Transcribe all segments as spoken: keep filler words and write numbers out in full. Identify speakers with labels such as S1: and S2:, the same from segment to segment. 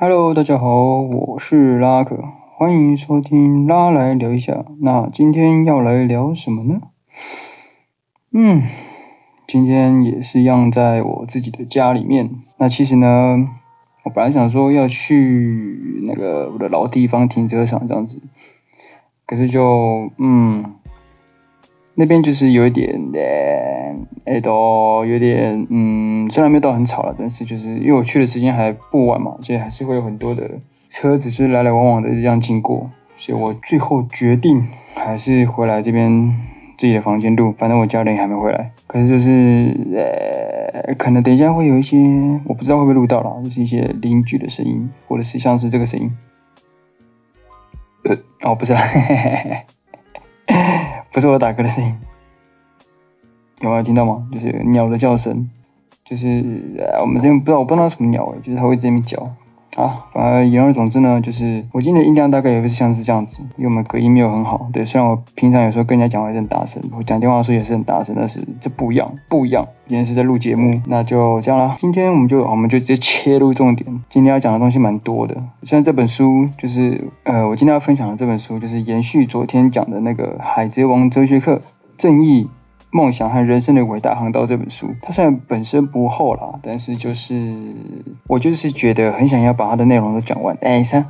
S1: Hello， 大家好，我是拉克，欢迎收听拉来聊一下。那今天要来聊什么呢？嗯，今天也是一样在我自己的家里面。那其实呢，我本来想说要去那个我的老地方停车场这样子，可是就嗯，那边就是有一点呃，哎都有点嗯，虽然没有到很吵了，但是就是因为我去的时间还不晚嘛，所以还是会有很多的车子就是来来往往的这样经过，所以我最后决定还是回来这边自己的房间录，反正我家人还没回来。可是就是呃，可能等一下会有一些我不知道会不会录到啦，就是一些邻居的声音，或者是像是这个声音。呃，哦，不是啦，嘿嘿嘿嘿，不是我打嗝的声音。有没有听到吗？就是鸟的叫声，就是呃，我们这边不知道我不知道什么鸟诶，就是它会在那边叫。啊，反而言而总之呢，就是我今天的音量大概也会是像是这样子，因为我们隔音没有很好。对，虽然我平常有时候跟人家讲话也是很大声，我讲电话的时候也是很大声，但是这不一样，不一样。今天是在录节目，那就这样啦。今天我们就我们就直接切入重点。今天要讲的东西蛮多的，虽然这本书就是呃，我今天要分享的这本书就是延续昨天讲的那个《海贼王哲学课：正义、梦想和人生的伟大航道》这本书，它虽然本身不厚啦，但是就是我就是觉得很想要把它的内容都讲完。哎，三，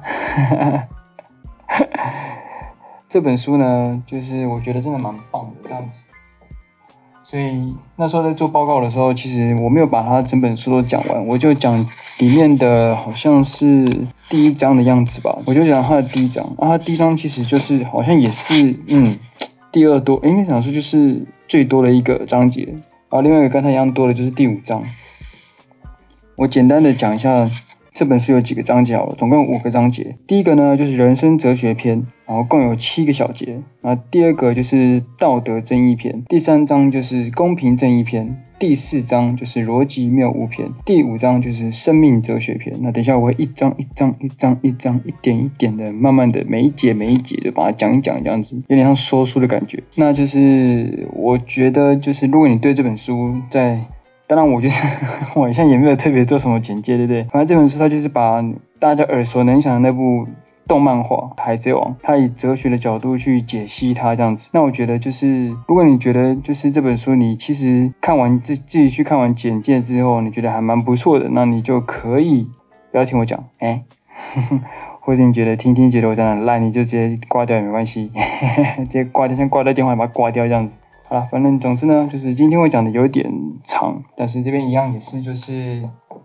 S1: 这本书呢，就是我觉得真的蛮棒的这样子。所以那时候在做报告的时候，其实我没有把它整本书都讲完，我就讲里面的好像是第一章的样子吧，我就讲它的第一章。啊，它第一章其实就是好像也是嗯。第二多，应该讲说就是最多的一个章节，然后另外一个跟它一样多的就是第五章。我简单的讲一下这本书有几个章节好了，总共有五个章节。第一个呢就是人生哲学篇，然后共有七个小节。然后第二个就是道德正义篇，第三章就是公平正义篇，第四章就是逻辑谬误篇，第五章就是生命哲学篇。那等一下我会一章一章一章一章一点一点的慢慢的每一节每一节就把它讲一讲，这样子有点像说书的感觉。那就是我觉得就是如果你对这本书在当然我就是我好像也没有特别做什么简介，对不对？反正这本书它就是把大家耳熟能详的那部动漫画《海贼王》，它以哲学的角度去解析它这样子。那我觉得就是如果你觉得就是这本书你其实看完自自己去看完简介之后，你觉得还蛮不错的，那你就可以不要听我讲，哎，或者你觉得听听觉得我讲的很烂，你就直接挂掉也没关系，直接挂掉，先挂掉电话把它挂掉这样子。好了，反正总之呢，就是今天会讲的有点长，但是这边一样也是就是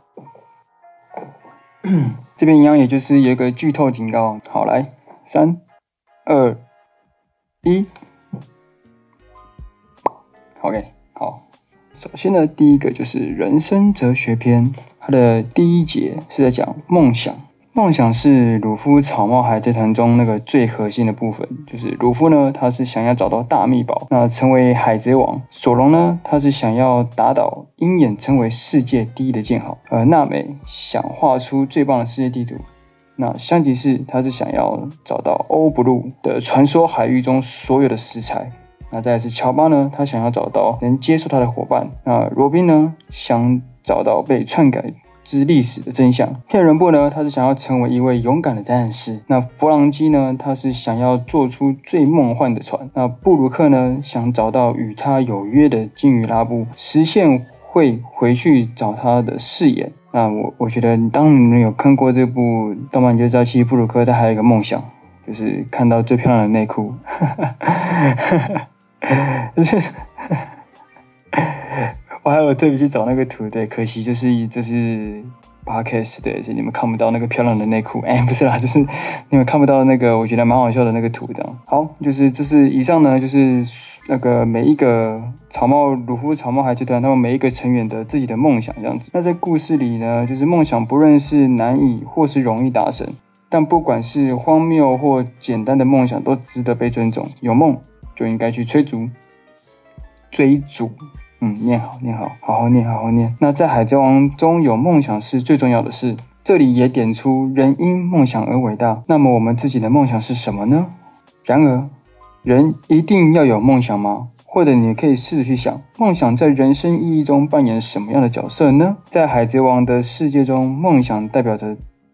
S1: 这边一样也就是有一个剧透警告。好，来，三、二、一 ，OK， 好。首先呢，第一个就是人生哲学篇，它的第一节是在讲梦想。梦想是鲁夫草帽海贼团中那个最核心的部分，就是鲁夫呢，他是想要找到大秘宝，那成为海贼王；索隆呢，他是想要打倒鹰眼，成为世界第一的剑豪；而娜美想画出最棒的世界地图。那香吉士他是想要找到欧布鲁的传说海域中所有的食材。那再来是乔巴呢，他想要找到能接受他的伙伴。那罗宾呢，想找到被篡改之历史的真相。骗人布呢，他是想要成为一位勇敢的战士。那弗朗基呢，他是想要做出最梦幻的船。那布鲁克呢，想找到与他有约的金鱼拉布，实现会回去找他的誓言。那我我觉得当你们有看过这部动漫，你就知道其实布鲁克他还有一个梦想，就是看到最漂亮的内裤。就是我还有特别去找那个图，对，可惜就是就是 podcast 对，所以你们看不到那个漂亮的内裤，哎，不是啦，就是你们看不到那个我觉得蛮好笑的那个图的。好，就是这是以上呢，就是那个每一个草帽鲁夫草帽海贼团他们每一个成员的自己的梦想这样子。那在故事里呢，就是梦想不论是难以或是容易达成，但不管是荒谬或简单的梦想都值得被尊重。有梦就应该去追逐，追逐。嗯，念好，念好，好好念，好好念。那在海贼王中有梦想是最重要的事，这里也点出人因梦想而伟大。那么我们自己的梦想是什么呢？然而，人一定要有梦想吗？或者你可以试着去想，梦想在人生意义中扮演什么样的角色呢？在海贼王的世界中，梦想代表着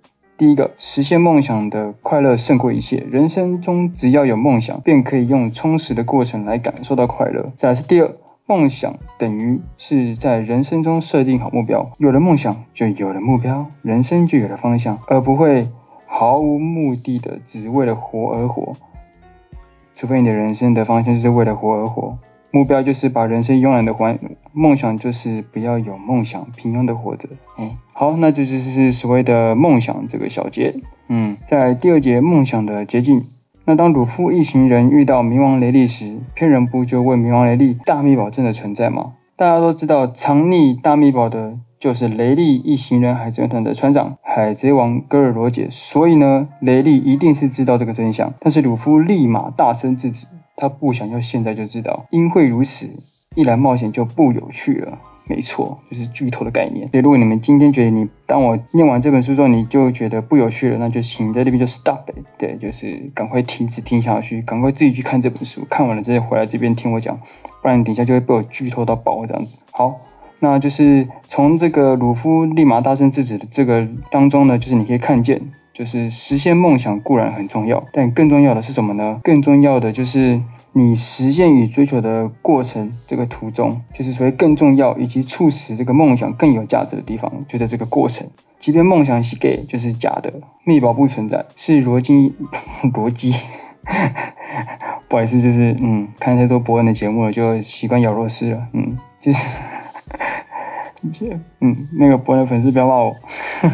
S1: 第一个，实现梦想的快乐胜过一切，人生中只要有梦想，便可以用充实的过程来感受到快乐。再来是第二，梦想等于是在人生中设定好目标，有了梦想就有了目标，人生就有了方向，而不会毫无目的的只为了活而活，除非你的人生的方向就是为了活而活，目标就是把人生慵懒的活，梦想就是不要有梦想，平庸的活着。哎，好，那这就是所谓的梦想这个小节。嗯，在第二节梦想的捷径。那当鲁夫一行人遇到冥王雷利时，骗人不就问冥王雷利，大秘宝真的存在吗？大家都知道藏匿大秘宝的就是雷利一行人海贼团的船长海贼王戈尔罗杰，所以呢，雷利一定是知道这个真相。但是鲁夫立马大声制止，他不想要现在就知道，因会如此一来冒险就不有趣了。没错，就是剧透的概念。所以如果你们今天觉得你当我念完这本书之后你就觉得不有趣了，那就请在这边就 stop it， 对，就是赶快停止听下去，赶快自己去看这本书，看完了再回来这边听我讲，不然等一下就会被我剧透到爆这样子。好，那就是从这个鲁夫立马大声制止的这个当中呢，就是你可以看见，就是实现梦想固然很重要，但更重要的是什么呢？更重要的就是你实现与追求的过程，这个途中就是所谓更重要以及促使这个梦想更有价值的地方，就在这个过程。即便梦想是给就是假的，秘宝不存在，是逻辑逻辑不好意思，就是嗯看太多伯恩的节目了，就习惯咬螺丝了，嗯就是嗯那个伯恩的粉丝不要骂我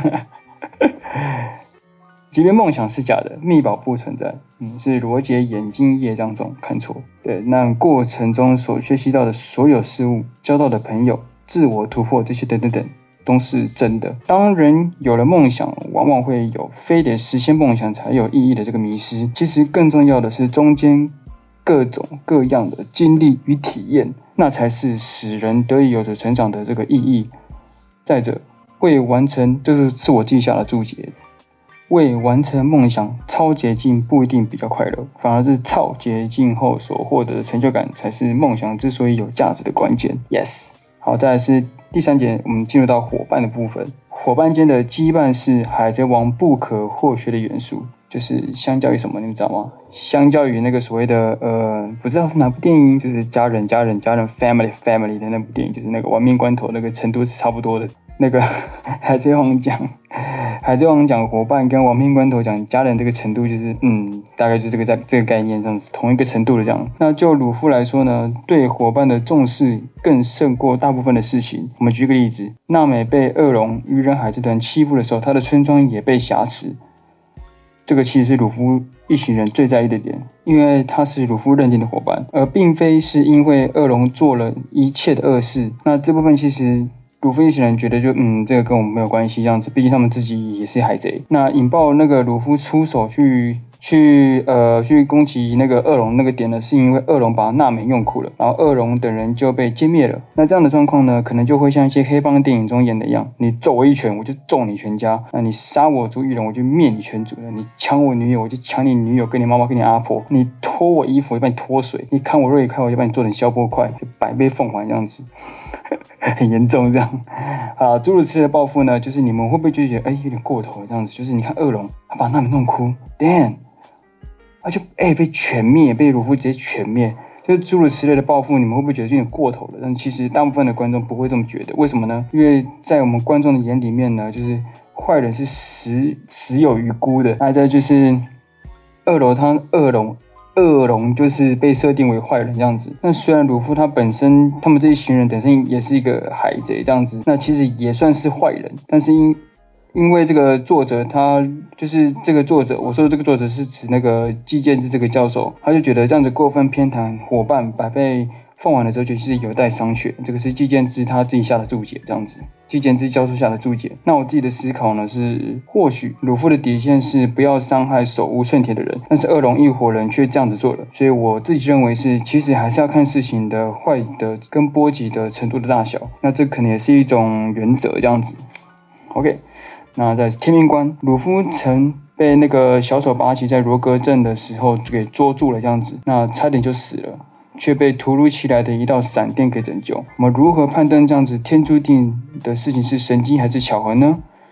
S1: 即便梦想是假的，秘宝不存在，嗯，是罗杰眼睛业障重，看错。对，那过程中所学习到的所有事物，交到的朋友，自我突破这些等等等，都是真的。当人有了梦想，往往会有非得实现梦想才有意义的这个迷失。其实更重要的是中间各种各样的经历与体验，那才是使人得以有所成长的这个意义。再者，为完成，这是是我记下的注解。为完成梦想超捷径不一定比较快乐，反而是超捷径后所获得的成就感才是梦想之所以有价值的关键。Yes， 好，再来是第三节，我们进入到伙伴的部分。伙伴间的羁绊是海贼王不可或缺的元素，就是相较于什么，你们知道吗？相较于那个所谓的呃，不知道是哪部电影，就是家人家人家人 family family 的那部电影，就是那个亡命关头那个程度是差不多的。那个海贼王讲海贼王讲伙伴跟亡命关头讲家人这个程度就是嗯大概就是这个在这个概念这样子，同一个程度的这样。那就鲁夫来说呢，对伙伴的重视更胜过大部分的事情。我们举个例子，娜美被恶龙鱼人海贼团欺负的时候，他的村庄也被挟持，这个其实是鲁夫一行人最在意的点，因为他是鲁夫认定的伙伴，而并非是因为恶龙做了一切的恶事。那这部分其实鲁夫一行人觉得就嗯这个跟我们没有关系这样子，毕竟他们自己也是海贼。那引爆那个鲁夫出手去去呃去攻击那个恶龙那个点呢，是因为恶龙把娜美用苦了，然后恶龙等人就被歼灭了。那这样的状况呢，可能就会像一些黑帮电影中演的一样，你揍我一拳我就揍你全家，那你杀我族一人我就灭你全族，你抢我女友我就抢你女友跟你妈妈跟你阿婆，你脱我衣服我就把你脱水，你砍我瑞克我就把你做成消波块，就百倍奉还这样子很严重这样。好，诸如此类的报复呢，就是你们会不会就觉得哎有点过头这样子，就是你看恶龙他把娜美弄哭 damn， 他就哎被全灭，被鲁夫直接全灭，就是诸如此类的报复，你们会不会觉得有点过头了？但其实大部分的观众不会这么觉得，为什么呢？因为在我们观众的眼里面呢，就是坏人是死死有余辜的，那再就是恶龙他恶龙恶龙就是被设定为坏人这样子。那虽然鲁夫他本身他们这一群人本身也是一个海贼这样子，那其实也算是坏人，但是因因为这个作者他就是这个作者，我说的这个作者是指那个季建之这个教授，他就觉得这样子过分偏袒伙伴百倍奉还的哲学其实有待商榷，这个是季建之他自己下的注解这样子，季建之教授下的注解。那我自己的思考呢是，或许鲁夫的底线是不要伤害手无寸铁的人，但是恶龙一伙人却这样子做了，所以我自己认为是其实还是要看事情的坏的跟波及的程度的大小，那这可能也是一种原则这样子。 OK， 那在天命关，鲁夫曾被那个小丑巴奇在罗格镇的时候给捉住了这样子，那差点就死了，却被突如其来的一道闪电给拯救。我们如何判断这样子天注定的事情是神机还是巧合呢？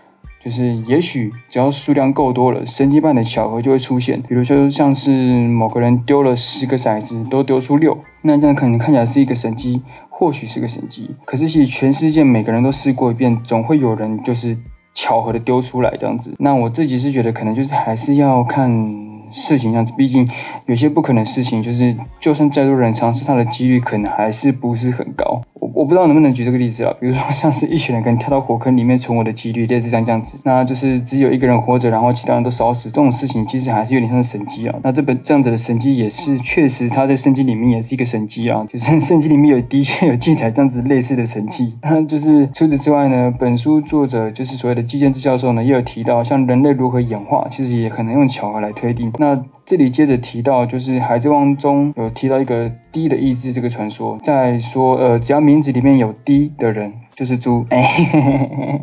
S1: 就是也许只要数量够多了，神经般的巧合就会出现。比如说像是某个人丢了十个骰子都丢出六，那这样可能看起来是一个神迹，或许是个神迹，可是其实全世界每个人都试过一遍，总会有人就是巧合的丢出来这样子。那我自己是觉得可能就是还是要看事情这样子，毕竟有些不可能的事情，就是就算再多人尝试，它的几率可能还是不是很高。我我不知道能不能举这个例子啊，比如说像是一群人可能跳到火坑里面存活的几率类似像这样子，那就是只有一个人活着，然后其他人都烧死，这种事情其实还是有点像是神迹啊。那这本这样子的神迹也是确实，它在圣经里面也是一个神迹啊，就是圣经里面有的确有记载这样子类似的神迹。那就是除此之外呢，本书作者就是所谓的基建之教授呢，也有提到像人类如何演化，其实也可能用巧合来推定。那这里接着提到，就是海贼王中有提到一个 D 的意志这个传说，在说呃，只要名字里面有 D 的人就是猪，哎、欸，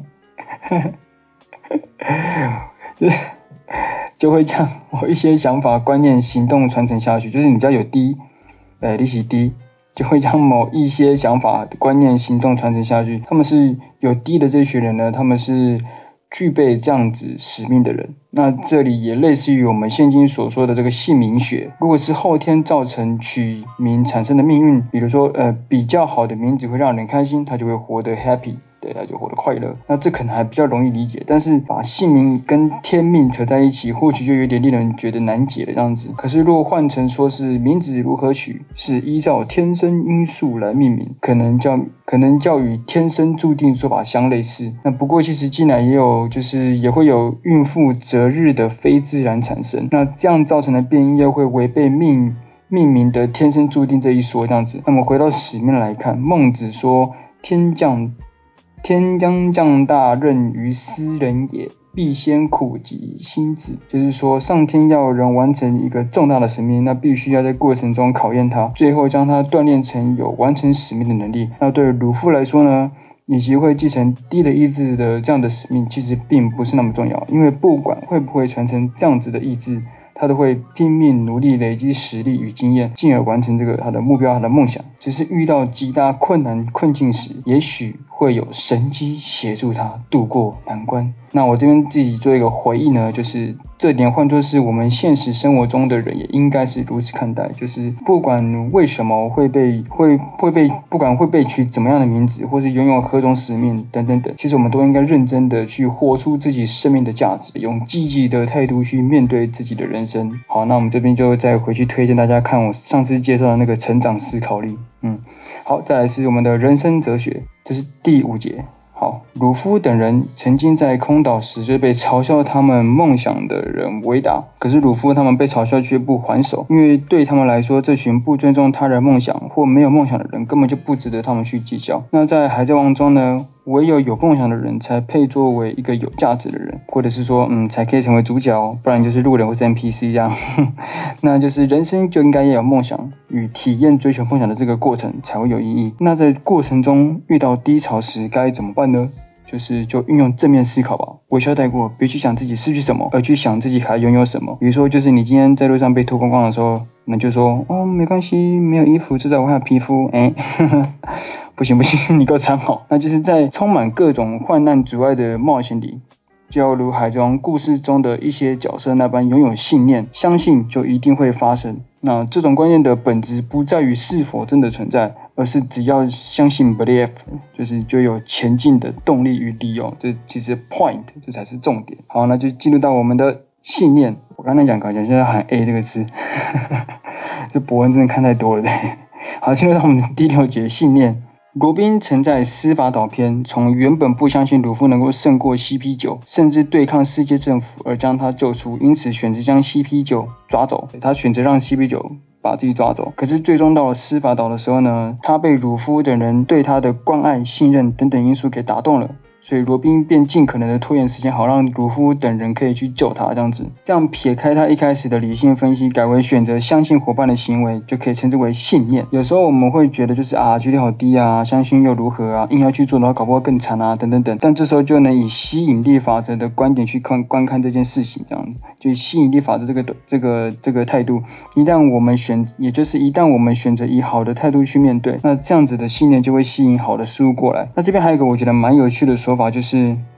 S1: 就会将我一些想法、观念、行动传承下去。就是你只要有 D， 呃，你是 D， 就会将某一些想法、观念、行动传承下去。他们是有 D 的这群人呢，他们是具备这样子使命的人。那这里也类似于我们现今所说的这个姓名学，如果是后天造成取名产生的命运，比如说呃比较好的名字会让人开心，他就会活得 happy， 对，他就活得快乐。那这可能还比较容易理解，但是把姓名跟天命扯在一起，或许就有点令人觉得难解的样子。可是如果换成说是名字如何取，是依照天生因素来命名，可能叫可能较与天生注定说法相类似。那不过其实近来也有就是也会有孕妇择日的非自然产生，那这样造成的变异又会违背命命名的天生注定这一说这样子。那么回到史面来看，孟子说天降天将降大任于斯人也，必先苦其心志，就是说上天要人完成一个重大的使命，那必须要在过程中考验他，最后将他锻炼成有完成使命的能力。那对鲁夫来说呢，以及会继承D的意志的这样的使命，其实并不是那么重要，因为不管会不会传承这样子的意志，他都会拼命努力累积实力与经验，进而完成这个他的目标、他的梦想。只是遇到极大困难困境时，也许会有神机协助他度过难关。那我这边自己做一个回忆呢，就是这点换作是我们现实生活中的人也应该是如此看待，就是不管为什么会被会会被不管会被取怎么样的名字，或是拥有何种使命等等等，其实我们都应该认真的去活出自己生命的价值，用积极的态度去面对自己的人生。好，那我们这边就再回去推荐大家看我上次介绍的那个成长思考力。嗯，好，再来是我们的人生哲学，这是第五节。好，鲁夫等人曾经在空岛时就被嘲笑他们梦想的人为打，可是鲁夫他们被嘲笑却不还手，因为对他们来说，这群不尊重他人梦想或没有梦想的人根本就不值得他们去计较。那在海贼王中呢，唯有有梦想的人才配作为一个有价值的人，或者是说嗯才可以成为主角，不然就是路人或是 N P C 这样。那就是人生就应该要有梦想与体验追求梦想的这个过程才会有意义。那在过程中遇到低潮时该怎么办呢？就是就运用正面思考吧，微笑带过，别去想自己失去什么，而去想自己还拥有什么。比如说就是你今天在路上被脱光光的时候，那就说哦没关系，没有衣服至少我还有皮肤，哎，不行不行，你给我藏好。那就是在充满各种患难阻碍的冒险里，就要如海贼王故事中的一些角色那般拥有信念，相信就一定会发生。那这种观念的本质不在于是否真的存在，而是只要相信 believe， 就是就有前进的动力与理由，这其实 point 这才是重点。好，那就进入到我们的信念。我刚才讲搞讲现在喊 A 这个字，这博文真的看太多了，对。好，进入到我们的第六节信念。罗宾曾在司法岛篇从原本不相信鲁夫能够胜过 C P 九， 甚至对抗世界政府而将他救出，因此选择将 C P 九 抓走。他选择让 C P 九 把自己抓走。可是最终到了司法岛的时候呢，他被鲁夫等人对他的关爱、信任等等因素给打动了。所以罗宾便尽可能的拖延时间，好让鲁夫等人可以去救他，这样子。这样撇开他一开始的理性分析，改为选择相信伙伴的行为，就可以称之为信念。有时候我们会觉得就是啊，几率好低啊，相信又如何啊，硬要去做的话搞不好更惨啊，等等等。但这时候就能以吸引力法则的观点去看观看这件事情，这样子。就以吸引力法则这个这个这个态度，一旦我们选，也就是一旦我们选择以好的态度去面对，那这样子的信念就会吸引好的事物过来。那这边还有一个我觉得蛮有趣的说法，就是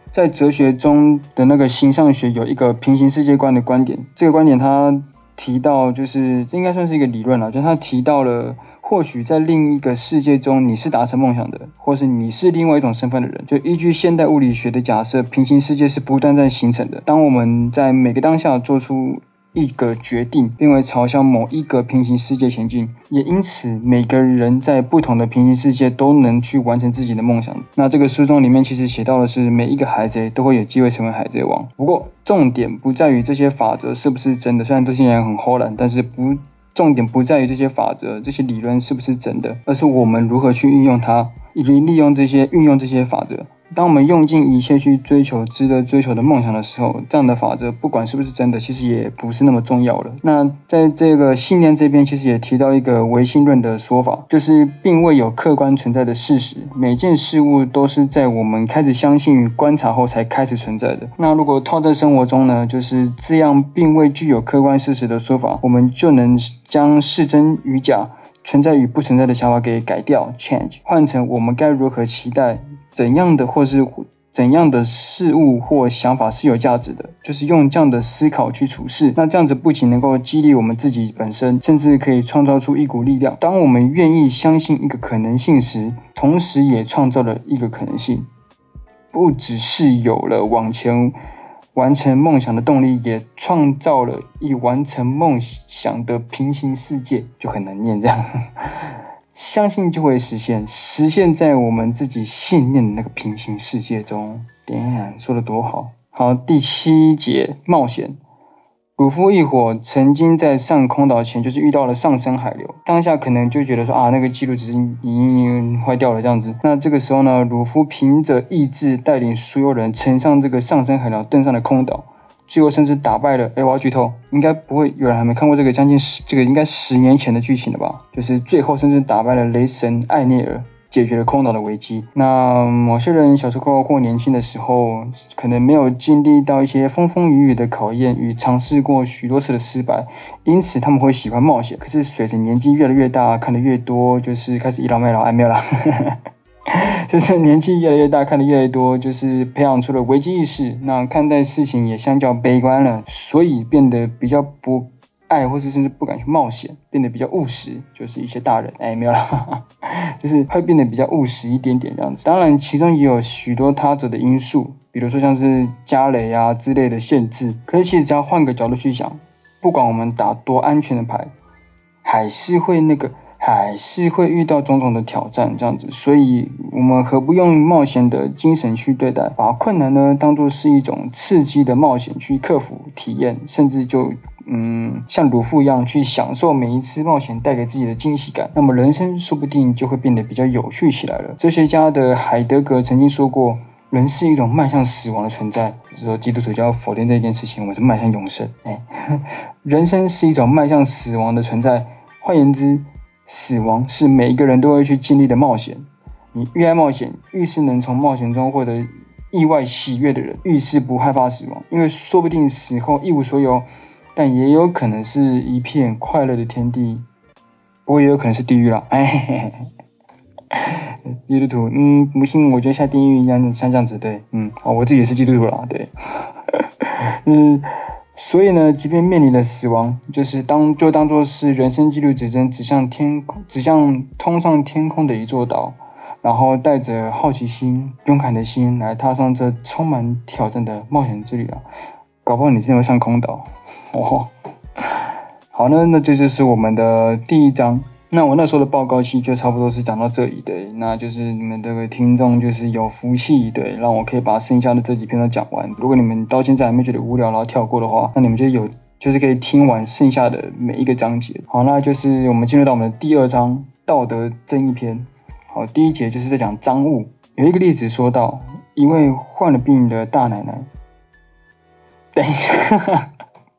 S1: 在哲学中的那个形上学有一个平行世界观的观点，这个观点他提到，就是这应该算是一个理论啦，就是他提到了或许在另一个世界中你是达成梦想的，或是你是另外一种身份的人，就依据现代物理学的假设，平行世界是不断在形成的。当我们在每个当下做出一个决定，并会朝向某一个平行世界前进，也因此每个人在不同的平行世界都能去完成自己的梦想。那这个书中里面其实写到的是每一个海贼都会有机会成为海贼王，不过重点不在于这些法则是不是真的，虽然这些人很齁懒，但是不重点不在于这些法则这些理论是不是真的，而是我们如何去运用它，以及利用这些运用这些法则。当我们用尽一切去追求值得追求的梦想的时候，这样的法则不管是不是真的，其实也不是那么重要了。那在这个信念这边其实也提到一个唯心论的说法，就是并未有客观存在的事实，每件事物都是在我们开始相信与观察后才开始存在的。那如果套在生活中呢，就是这样并未具有客观事实的说法，我们就能将是真与假，存在与不存在的想法给改掉 change， 换成我们该如何期待怎样的或是怎样的事物或想法是有价值的，就是用这样的思考去处事。那这样子不仅能够激励我们自己本身，甚至可以创造出一股力量。当我们愿意相信一个可能性时，同时也创造了一个可能性，不只是有了往前完成梦想的动力，也创造了一完成梦想的平行世界，就很难念这样。相信就会实现，实现在我们自己信念的那个平行世界中。Damn， 说得多好。好，第七节冒险。鲁夫一伙曾经在上空岛前就是遇到了上升海流，当下可能就觉得说啊那个记录只是已经坏掉了这样子。那这个时候呢，鲁夫凭着意志带领所有人乘上这个上升海流，登上了空岛。最后甚至打败了，哎，我要剧透，应该不会有人还没看过这个将近十这个应该十年前的剧情了吧？就是最后甚至打败了雷神艾涅尔，解决了空岛的危机。那某些人小时候或年轻的时候，可能没有经历到一些风风雨雨的考验与尝试过许多次的失败，因此他们会喜欢冒险。可是随着年纪越来越大，看得越多，就是开始倚老卖老，哎没有啦。就是年纪越来越大，看得越来越多，就是培养出了危机意识，那看待事情也相较悲观了，所以变得比较不爱或是甚至不敢去冒险，变得比较务实，就是一些大人，哎没有啦，就是会变得比较务实一点点这样子。当然其中也有许多他者的因素，比如说像是家雷啊之类的限制，可是其实只要换个角度去想，不管我们打多安全的牌，还是会那个还是会遇到种种的挑战这样子，所以我们何不用冒险的精神去对待，把困难呢当作是一种刺激的冒险去克服体验，甚至就嗯像鲁夫一样去享受每一次冒险带给自己的惊喜感，那么人生说不定就会变得比较有趣起来了。哲学家的海德格曾经说过，人是一种迈向死亡的存在，就是说基督徒就要否定这件事情，我是迈向永生。哎，人生是一种迈向死亡的存在，换言之，死亡是每一个人都会去经历的冒险。你越爱冒险，越是能从冒险中获得意外喜悦的人，越是不害怕死亡，因为说不定死后一无所有，但也有可能是一片快乐的天地，不过也有可能是地狱啦。哎，基督徒，嗯，不信我觉得下地狱一样，像这样子，对，嗯，哦，我自己也是基督徒啦，对，嗯。所以呢，即便面临了死亡，就是当就当作是人生纪录指针指向天空，指向通上天空的一座岛，然后带着好奇心、勇敢的心来踏上这充满挑战的冒险之旅啊！搞不好你真的会上空岛哦。好呢，那这就是我们的第一章。那我那时候的报告期就差不多是讲到这里的，那就是你们这个听众就是有福气，对，让我可以把剩下的这几篇都讲完。如果你们到现在还没觉得无聊，然后跳过的话，那你们就有就是可以听完剩下的每一个章节。好，那就是我们进入到我们的第二章道德正义篇。好，第一节就是在讲赃物。有一个例子说到，一位患了病的大奶奶，等一下，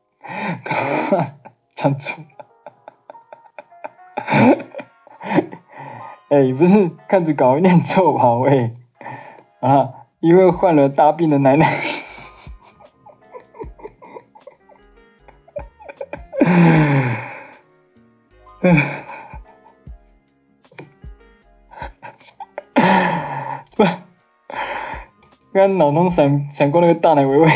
S1: 讲错。哎，不是看着稿念错吧？喂，啊，一位患了大病的奶奶，不，刚刚脑中闪闪过那个大奶维维。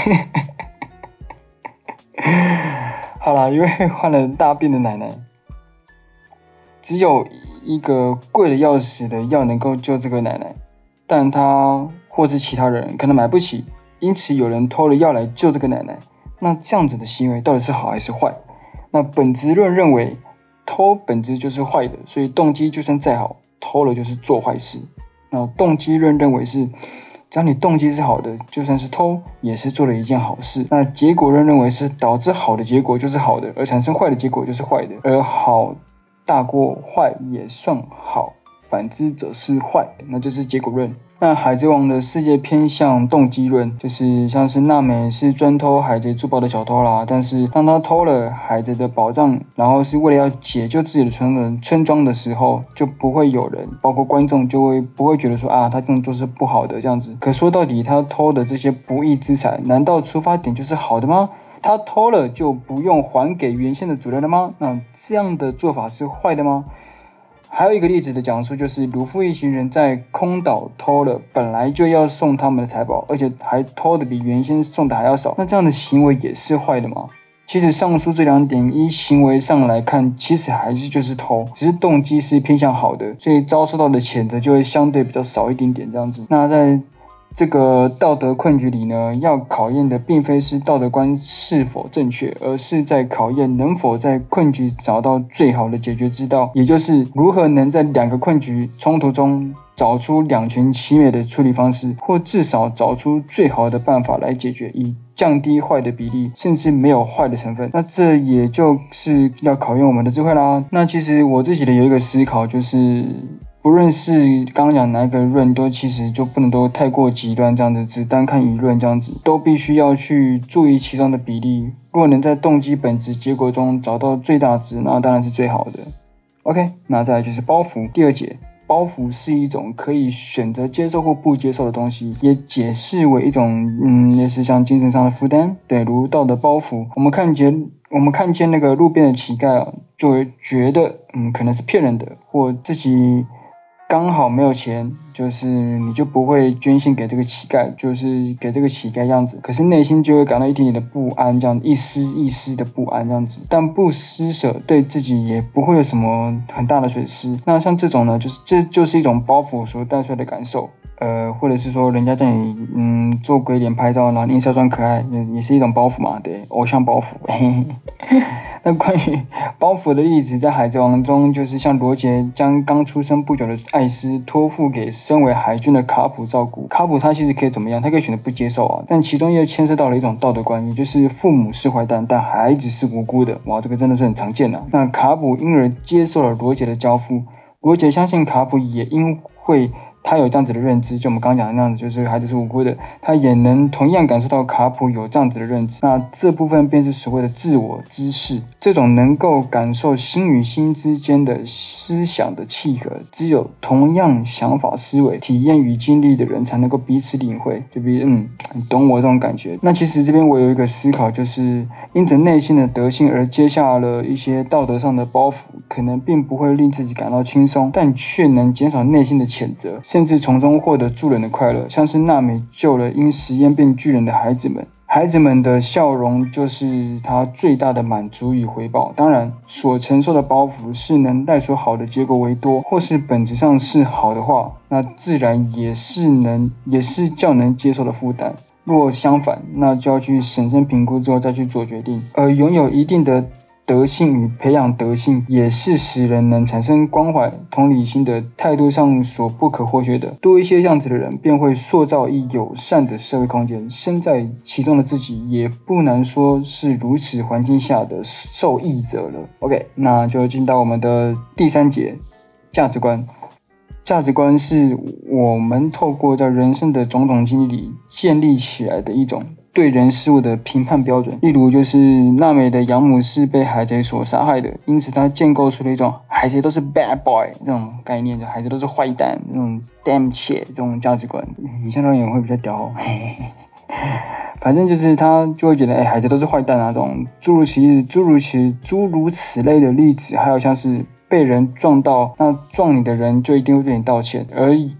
S1: 好啦，一位患了大病的奶奶，只有一个贵的要死的药能够救这个奶奶，但她或是其他人可能买不起，因此有人偷了药来救这个奶奶。那这样子的行为到底是好还是坏？那本质论认为偷本质就是坏的，所以动机就算再好，偷了就是做坏事。那动机论认为是只要你动机是好的，就算是偷也是做了一件好事。那结果论认为是导致好的结果就是好的，而产生坏的结果就是坏的，而好大过坏也算好，反之则是坏，那就是结果论。那海贼王的世界偏向动机论，就是像是娜美是专偷海贼珠宝的小偷啦，但是当他偷了海贼的宝藏，然后是为了要解救自己的村人村庄的时候，就不会有人，包括观众就会不会觉得说啊，他这样做是不好的这样子。可说到底，他偷的这些不义之财，难道出发点就是好的吗？他偷了就不用还给原先的主人了吗？那这样的做法是坏的吗？还有一个例子的讲述就是鲁夫一行人在空岛偷了本来就要送他们的财宝，而且还偷的比原先送的还要少，那这样的行为也是坏的吗？其实上述这两点依行为上来看，其实还是就是偷，只是动机是偏向好的，所以遭受到的谴责就会相对比较少一点点这样子。那在这个道德困局里呢，要考验的并非是道德观是否正确，而是在考验能否在困局找到最好的解决之道，也就是如何能在两个困局冲突中找出两全其美的处理方式，或至少找出最好的办法来解决，以降低坏的比例，甚至没有坏的成分。那这也就是要考验我们的智慧啦。那其实我自己的有一个思考就是，不论是刚刚讲哪一个论，都其实就不能都太过极端这样子，只单看一论这样子，都必须要去注意其中的比例。如果能在动机本质结果中找到最大值，那当然是最好的。OK， 那再来就是包袱。第二节，包袱是一种可以选择接受或不接受的东西，也解释为一种嗯，类似像精神上的负担，对，如道德包袱。我们看见我们看见那个路边的乞丐啊，就会觉得嗯，可能是骗人的，或自己刚好没有钱，就是你就不会捐献给这个乞丐，就是给这个乞丐样子，可是内心就会感到一点点的不安，这样一丝一丝的不安这样子，但不施舍对自己也不会有什么很大的损失。那像这种呢，就是这就是一种包袱所带出来的感受，呃，或者是说人家在你嗯做鬼脸拍照，然后硬是要装可爱，也是一种包袱嘛，对，偶像包袱。嘿嘿那关于包袱的例子，在海贼王中就是像罗杰将刚出生不久的艾斯托付给身为海军的卡普照顾，卡普他其实可以怎么样，他可以选择不接受啊，但其中又牵涉到了一种道德观，也就是父母是坏蛋，但孩子是无辜的，哇，这个真的是很常见的啊。那卡普因而接受了罗杰的交付，罗杰相信卡普也因会他有这样子的认知，就我们刚刚讲的那样子，就是孩子是无辜的，他也能同样感受到卡普有这样子的认知，那这部分便是所谓的自我知识，这种能够感受心与心之间的思想的契合，只有同样想法思维、体验与经历的人才能够彼此领会，就比如嗯，你懂我这种感觉。那其实这边我有一个思考，就是因着内心的德性而接下了一些道德上的包袱，可能并不会令自己感到轻松，但却能减少内心的谴责，甚至从中获得助人的快乐，像是娜美救了因实验变巨人的孩子们，孩子们的笑容就是他最大的满足与回报。当然，所承受的包袱是能带出好的结果为多，或是本质上是好的话，那自然也是能也是较能接受的负担。若相反，那就要去审慎评估之后再去做决定。而拥有一定的德性与培养德性，也是使人能产生关怀、同理心的态度上所不可或缺的。多一些这样子的人，便会塑造一友善的社会空间。身在其中的自己，也不难说是如此环境下的受益者了。OK， 那就进到我们的第三节，价值观。价值观是我们透过在人生的种种经历里建立起来的一种对人事物的评判标准。例如就是娜美的养母是被海贼所杀害的，因此她建构出了一种海贼都是 bad boy 这种概念，海贼都是坏蛋，那种 damn shit 这种价值观。你相当于会比较屌哦，嘿嘿嘿。反正就是他就会觉得，哎，海贼都是坏蛋啊，这种诸如其诸如其诸如此类的例子，还有像是被人撞到，那撞你的人就一定会对你道歉，而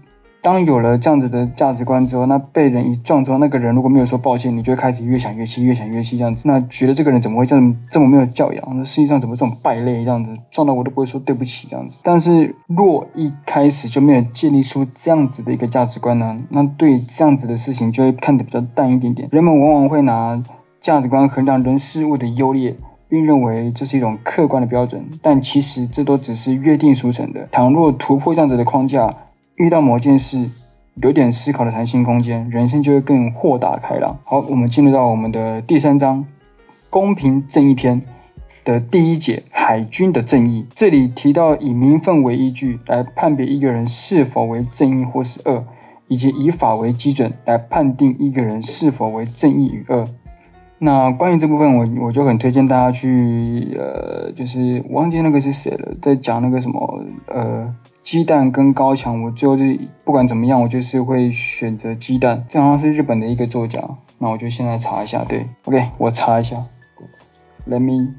S1: 当有了这样子的价值观之后，那被人一撞之后，那个人如果没有说抱歉，你就会开始越想越气，越想越气这样子。那觉得这个人怎么会这么这么没有教养？世界上怎么这种败类这样子，撞到我都不会说对不起这样子。但是若一开始就没有建立出这样子的一个价值观呢，那对这样子的事情就会看得比较淡一点点。人们往往会拿价值观衡量人事物的优劣，并认为这是一种客观的标准，但其实这都只是约定俗成的。倘若突破这样子的框架，遇到某件事有点思考的弹性空间，人生就会更豁达开朗。好，我们进入到我们的第三章公平正义篇的第一节，海军的正义。这里提到以名分为依据来判别一个人是否为正义或是恶，以及以法为基准来判定一个人是否为正义与恶。那关于这部分我我就很推荐大家去呃就是我忘记那个是谁了，在讲那个什么呃鸡蛋跟高墙，我最后是不管怎么样我就是会选择鸡蛋，这好像是日本的一个作家。那我就现在查一下，对 OK 我查一下 Let me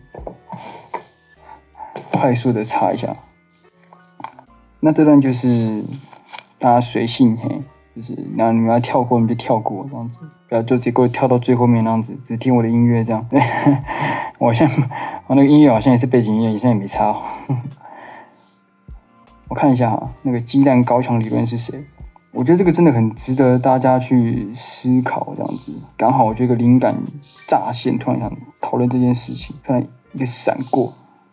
S1: 快速的查一下。那这段就是大家随性嘿，就是那你们要跳过你就跳过这样子，不要就直接给我跳到最后面那样子，只听我的音乐这样。我好像我那个音乐好像也是背景音乐，现在也没差、哦。我看一下哈，那个鸡蛋高墙理论是谁？我觉得这个真的很值得大家去思考这样子。刚好我这个灵感乍现，突然想讨论这件事情，突然一个闪过。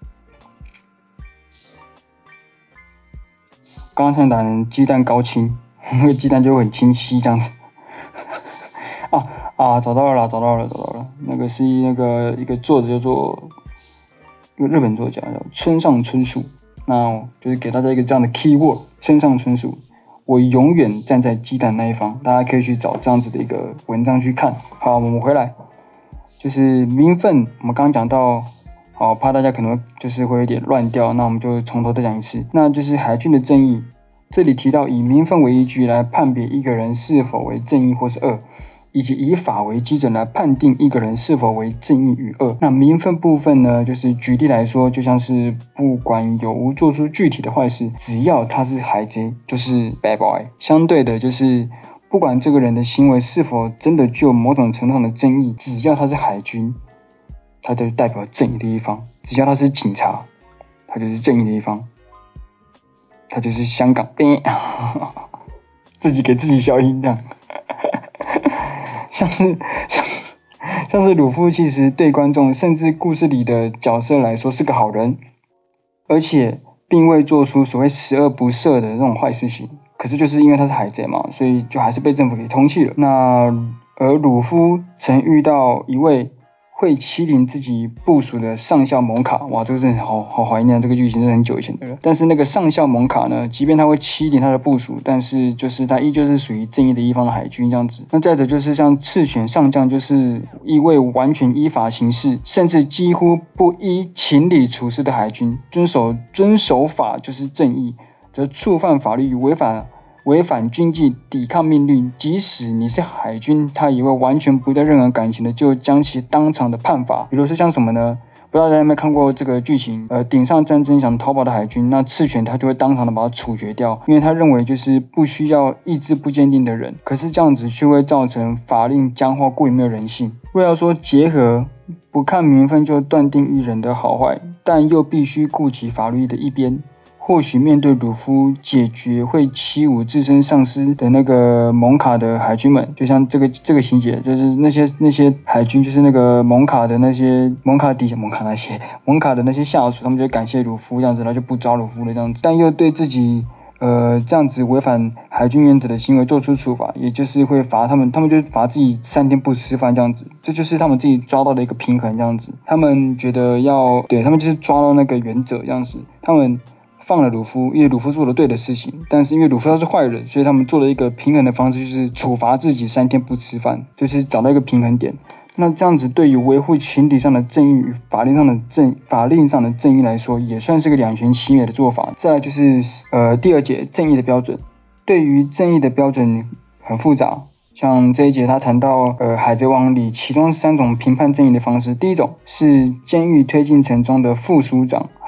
S1: 刚刚才打成鸡蛋高清，那个鸡蛋就会很清晰这样子。啊啊，找到了啦，找到了，找到了。那个是那个一个作者叫做一个日本作家叫村上春树。那就是给大家一个这样的 keyword， 村上春树。我永远站在鸡蛋那一方，大家可以去找这样子的一个文章去看。好，我们回来，就是名分，我们刚刚讲到，好，怕大家可能就是会有点乱掉，那我们就从头再讲一次。那就是海军的正义，这里提到以名分为依据来判别一个人是否为正义或是恶，以及以法为基准来判定一个人是否为正义与恶。那名分部分呢，就是举例来说，就像是不管有无做出具体的坏事，只要他是海贼，就是 bad boy。相对的，就是不管这个人的行为是否真的具有某种程度上的正义，只要他是海军，他就代表正义的一方；只要他是警察，他就是正义的一方。他就是香港，自己给自己消音这样。像是像是像是鲁夫其实对观众甚至故事里的角色来说是个好人，而且并未做出所谓十恶不赦的那种坏事情，可是就是因为他是海贼嘛，所以就还是被政府给通缉了。那而鲁夫曾遇到一位会欺凌自己部属的上校蒙卡，哇，这个真的好好怀念，这个剧情是很久以前的了。但是那个上校蒙卡呢，即便他会欺凌他的部属，但是就是他依旧是属于正义的一方的海军这样子。那再者就是像赤犬上将，就是一位完全依法行事，甚至几乎不依情理处事的海军，遵守遵守法就是正义，则触犯法律违反违反军纪抵抗命令，即使你是海军，他也会完全不带任何感情的就将其当场的判罚。比如说像什么呢？不知道大家有没有看过这个剧情，呃，顶上战争想逃跑的海军，那赤犬他就会当场的把他处决掉，因为他认为就是不需要意志不坚定的人，可是这样子却会造成法令僵化，过于没有人性。为了说结合不看名分就断定一人的好坏，但又必须顾及法律的一边。或许面对鲁夫解决会欺侮自身上司的那个蒙卡的海军们，就像这个这个情节，就是那些那些海军，就是那个蒙卡的那些蒙卡底下蒙卡那些蒙卡的那些下属，他们就感谢鲁夫这样子，然后就不抓鲁夫了这样子，但又对自己呃这样子违反海军原则的行为做出处罚，也就是会罚他们，他们就罚自己三天不吃饭这样子，这就是他们自己抓到的一个平衡这样子。他们觉得要对他们就是抓到那个原则这样子，他们放了鲁夫，因为鲁夫做了对的事情，但是因为鲁夫他是坏人，所以他们做了一个平衡的方式，就是处罚自己三天不吃饭，就是找到一个平衡点。那这样子对于维护情理上的正义与法令上的正法令上的正义来说，也算是个两全其美的做法。再来就是呃第二节正义的标准，对于正义的标准很复杂。像这一节他谈到呃海贼王里其中三种评判正义的方式，第一种是监狱推进城中的副署长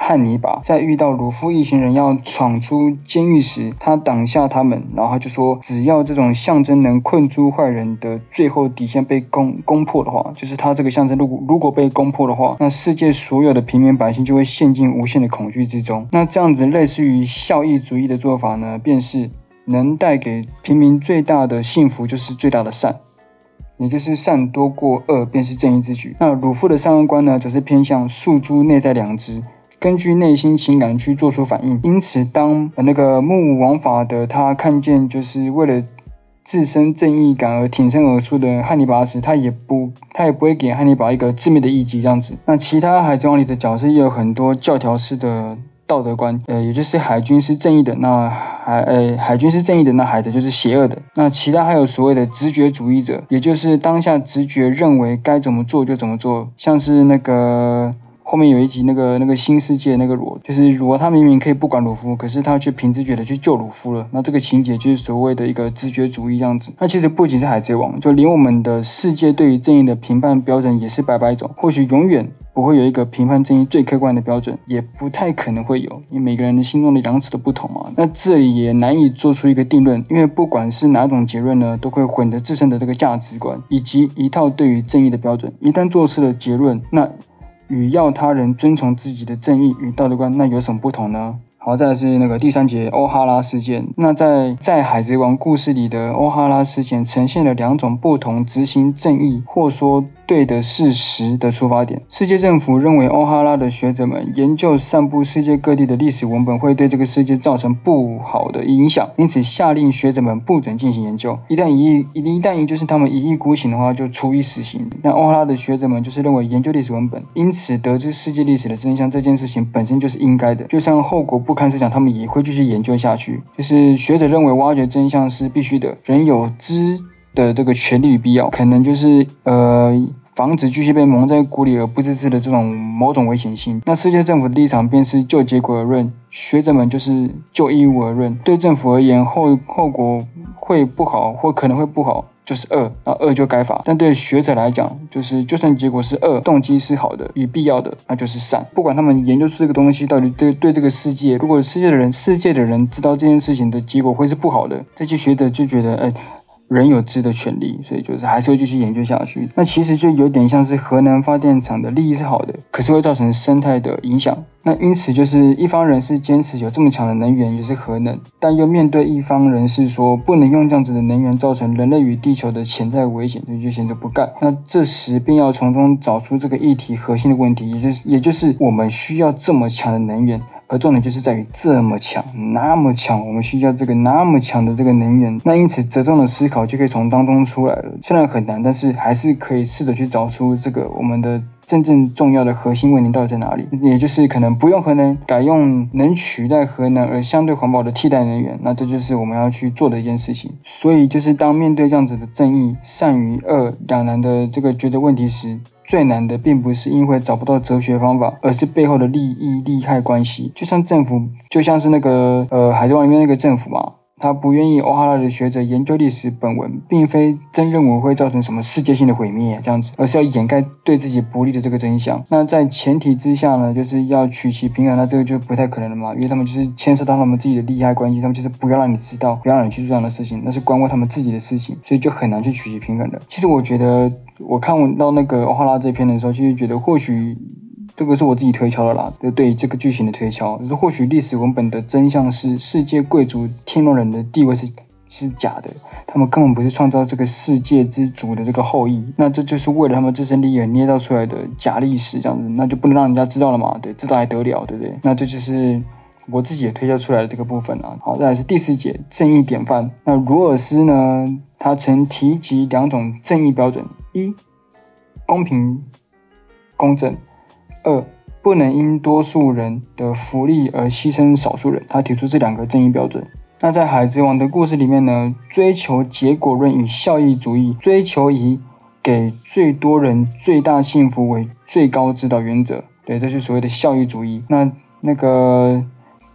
S1: 汉尼拔，在遇到鲁夫一行人要闯出监狱时，他挡下他们，然后他就说，只要这种象征能困住坏人的最后底线被攻攻破的话，就是他这个象征如果如果被攻破的话，那世界所有的平民百姓就会陷进无限的恐惧之中。那这样子类似于效益主义的做法呢，便是能带给平民最大的幸福就是最大的善，也就是善多过恶便是正义之举。那鲁夫的善恶观呢，则是偏向诉诸内在良知，根据内心情感去做出反应。因此当那个目无王法的他看见就是为了自身正义感而挺身而出的汉尼拔时，他也不他也不会给汉尼拔一个致命的一击这样子。那其他海贼王里的角色也有很多教条式的道德观，呃，也就是海军是正义的，那海呃海军是正义的，那海贼就是邪恶的。那其他还有所谓的直觉主义者，也就是当下直觉认为该怎么做就怎么做，像是那个后面有一集那个那个新世界那个罗，就是罗他明明可以不管鲁夫，可是他却凭直觉的去救鲁夫了。那这个情节就是所谓的一个直觉主义这样子。那其实不仅是海贼王，就连我们的世界对于正义的评判标准也是百百种。或许永远不会有一个评判正义最客观的标准，也不太可能会有，因为每个人的心中的量尺都不同嘛。那这里也难以做出一个定论，因为不管是哪种结论呢，都会混着自身的这个价值观以及一套对于正义的标准。一旦做出了结论，那与要他人遵从自己的正义与道德观，那有什么不同呢？好，再来是那个第三节欧哈拉事件。那在在海贼王故事里的欧哈拉事件呈现了两种不同执行正义或说对的事实的出发点。世界政府认为欧哈拉的学者们研究散布世界各地的历史文本会对这个世界造成不好的影响，因此下令学者们不准进行研究。一旦一意一旦就是他们一意孤行的话，就处以死刑。但欧哈拉的学者们就是认为研究历史文本，因此得知世界历史的真相这件事情本身就是应该的，就像后果不堪设想，他们也会继续研究下去。就是学者认为挖掘真相是必须的，人有知的这个权利与必要，可能就是呃防止继续被蒙在鼓里而不自知的这种某种危险性。那世界政府的立场便是就结果而论，学者们就是就义务而论。对政府而言，后后果会不好或可能会不好就是恶，那恶就该罚。但对学者来讲，就是就算结果是恶，动机是好的与必要的，那就是善。不管他们研究出这个东西到底对对这个世界，如果世界的人世界的人知道这件事情的结果会是不好的，这些学者就觉得哎。人有知的权利，所以就是还是会继续研究下去。那其实就有点像是核能发电厂的利益是好的，可是会造成生态的影响。那因此就是一方人是坚持有这么强的能源，也是核能，但又面对一方人是说不能用这样子的能源造成人类与地球的潜在危险，所以就选择不干。那这时便要从中找出这个议题核心的问题，也就是也就是我们需要这么强的能源。而重点就是在于这么强那么强，我们需要这个那么强的这个能源。那因此折中的思考就可以从当中出来了，虽然很难，但是还是可以试着去找出这个我们的真正重要的核心问题到底在哪里，也就是可能不用核能，改用能取代核能而相对环保的替代能源。那这就是我们要去做的一件事情。所以就是当面对这样子的正义善与恶两难的这个抉择问题时，最难的并不是因为找不到哲学方法，而是背后的利益利害关系。就像政府，就像是那个呃海贼王里面那个政府嘛，他不愿意欧哈拉的学者研究历史本文，并非真认为会造成什么世界性的毁灭这样子，而是要掩盖对自己不利的这个真相。那在前提之下呢，就是要取其平衡，那这个就不太可能了嘛，因为他们就是牵涉到他们自己的利害关系，他们就是不要让你知道，不要让你去做这样的事情，那是关乎他们自己的事情，所以就很难去取其平衡的。其实我觉得我看到那个欧哈拉这篇的时候，其实觉得或许这个是我自己推敲的啦，对于这个剧情的推敲，就是或许历史文本的真相是世界贵族天龙人的地位是是假的，他们根本不是创造这个世界之主的这个后裔，那这就是为了他们自身利益而捏造出来的假历史这样子，那就不能让人家知道了嘛，对，知道还得了，对不对？那这就是我自己也推敲出来的这个部分啊。好，再来是第四节正义典范。那罗尔斯呢，他曾提及两种正义标准：一、公平公正；二、不能因多数人的福利而牺牲少数人。他提出这两个正义标准。那在海贼王的故事里面呢，追求结果论与效益主义，追求以给最多人最大幸福为最高指导原则，对，这就是所谓的效益主义。那那个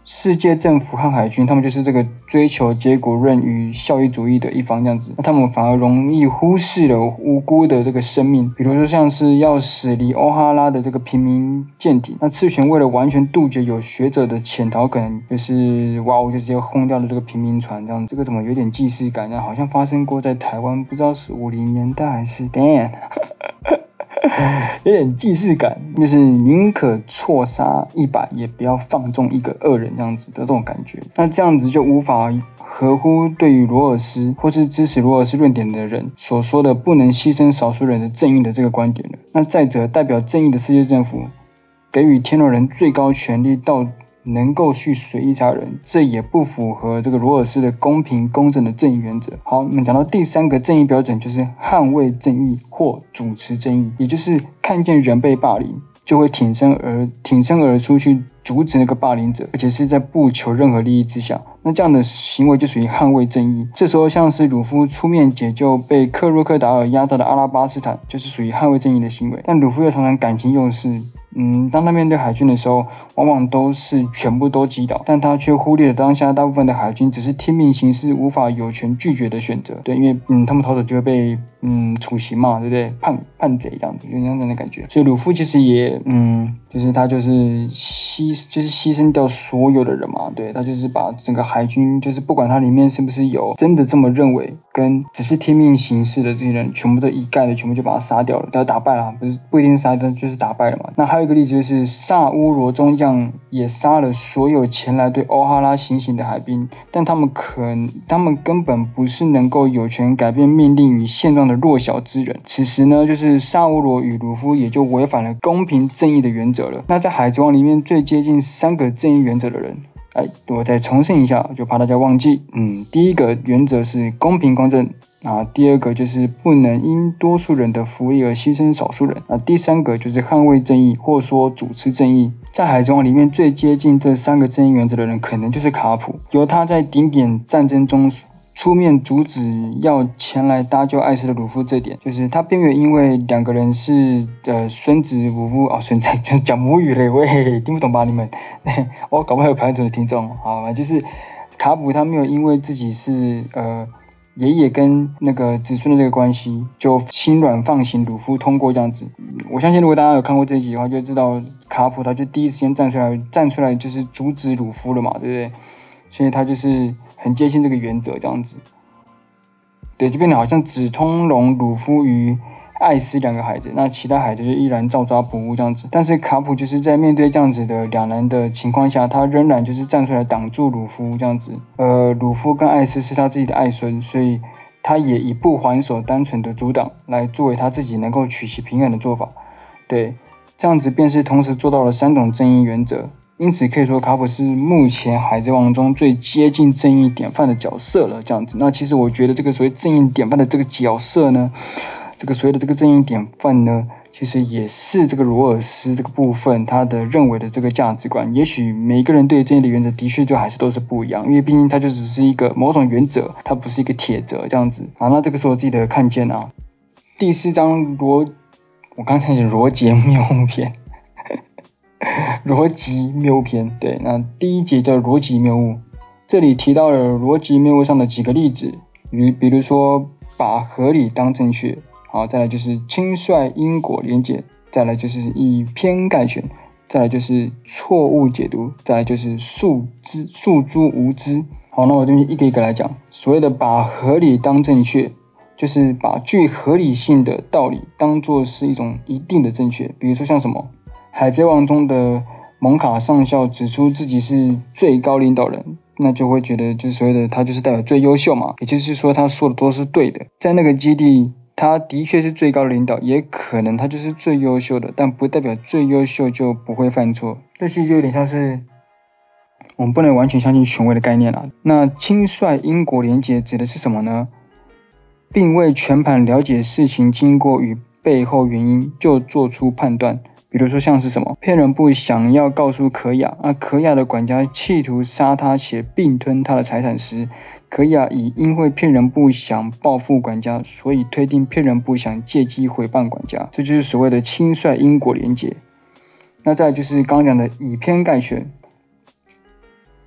S1: 世界政府和海军，他们就是这个追求结果论与效益主义的一方这样子，那他们反而容易忽视了无辜的这个生命，比如说像是要驶离欧哈拉的这个平民舰艇，那赤泉为了完全杜绝有学者的潜逃，可能就是哇，我就直接轰掉了这个平民船这样子，这个怎么有点既视感，然后好像发生过在台湾，不知道是五零年代还是 damn 有点既视感，就是宁可错杀一百也不要放纵一个恶人这样子的这种感觉，那这样子就无法合乎对于罗尔斯或是支持罗尔斯论点的人所说的不能牺牲少数人的正义的这个观点了。那再者，代表正义的世界政府给予天龙人最高权力到能够去随意杀人，这也不符合这个罗尔斯的公平公正的正义原则。好，我们讲到第三个正义标准，就是捍卫正义或主持正义，也就是看见人被霸凌就会挺身而挺身而出去阻止那个霸凌者，而且是在不求任何利益之下，那这样的行为就属于捍卫正义。这时候像是鲁夫出面解救被克洛克达尔压到的阿拉巴斯坦，就是属于捍卫正义的行为。但鲁夫又常常感情用事，嗯，当他面对海军的时候，往往都是全部都击倒，但他却忽略了当下大部分的海军只是听命行事，无法有权拒绝的选择。对，因为嗯，他们逃走就会被嗯处刑嘛，对不对？判判贼这样子，就这样的感觉。所以鲁夫其实也嗯，就是他就是牺就是牺牲掉所有的人嘛，对，他就是把整个海军，就是不管他里面是不是有真的这么认为，跟只是听命行事的这些人，全部都一概的全部就把他杀掉了，把他打败了，不是不一定杀掉，就是打败了嘛。那还有一个例子就是萨乌罗中将也杀了所有前来对欧哈拉行刑的海兵，但他们可他们根本不是能够有权改变命令与现状的弱小之人。此时呢，就是萨乌罗与鲁夫也就违反了公平正义的原则了。那在海贼王里面最接近三个正义原则的人，哎，我再重申一下，就怕大家忘记。嗯，第一个原则是公平公正。啊，第二个就是不能因多数人的福利而牺牲少数人。啊，第三个就是捍卫正义，或说主持正义。在海贼王里面最接近这三个正义原则的人，可能就是卡普，由他在顶点战争中出面阻止要前来搭救艾斯的鲁夫，这点就是他并没有因为两个人是呃孙子鲁夫哦，孙子讲母语嘞，喂，听不懂吧你们？我搞不好有排湾族的听众，好，就是卡普他没有因为自己是呃。爷爷跟那个子孙的这个关系，就心软放行鲁夫通过这样子。我相信如果大家有看过这一集的话，就知道卡普他就第一时间站出来，站出来就是阻止鲁夫了嘛，对不对？所以他就是很接近这个原则这样子。对，就变得好像只通融鲁夫与艾斯两个孩子，那其他孩子就依然照抓不误这样子。但是卡普就是在面对这样子的两人的情况下，他仍然就是站出来挡住鲁夫这样子。呃，鲁夫跟艾斯是他自己的爱孙，所以他也以不还手单纯的阻挡来作为他自己能够取其平衡的做法。对，这样子便是同时做到了三种正义原则。因此可以说卡普是目前海贼王中最接近正义典范的角色了这样子。那其实我觉得这个所谓正义典范的这个角色呢，这个所谓的这个正义典范呢，其实也是这个罗尔斯这个部分他的认为的这个价值观。也许每一个人对正义的原则的确就还是都是不一样，因为毕竟它就只是一个某种原则，它不是一个铁则这样子。好，那这个是我自己的看见啊。第四章罗，我刚才讲罗杰谬误篇。逻辑谬误篇，对，那第一节叫逻辑谬误，这里提到了逻辑谬误上的几个例子，比比如说把合理当正确，好，再来就是轻率因果连结，再来就是以偏概全，再来就是错误解读，再来就是诉知诉诸无知。好，那我这边一个一个来讲。所谓的把合理当正确，就是把具合理性的道理当作是一种一定的正确，比如说像什么海贼王中的蒙卡上校指出自己是最高领导人，那就会觉得就是所谓的他就是代表最优秀嘛，也就是说他说的都是对的。在那个基地他的确是最高的领导，也可能他就是最优秀的，但不代表最优秀就不会犯错。这其实就有点像是我们不能完全相信权威的概念啦。那轻率因果连结指的是什么呢？并未全盘了解事情经过与背后原因就做出判断。比如说像是什么骗人部想要告诉可雅，那可雅的管家企图杀他且并吞他的财产时，可雅以因为骗人部想报复管家，所以推定骗人部想借机毁谤管家，这就是所谓的轻率因果连结。那再来就是刚刚讲的以偏概全，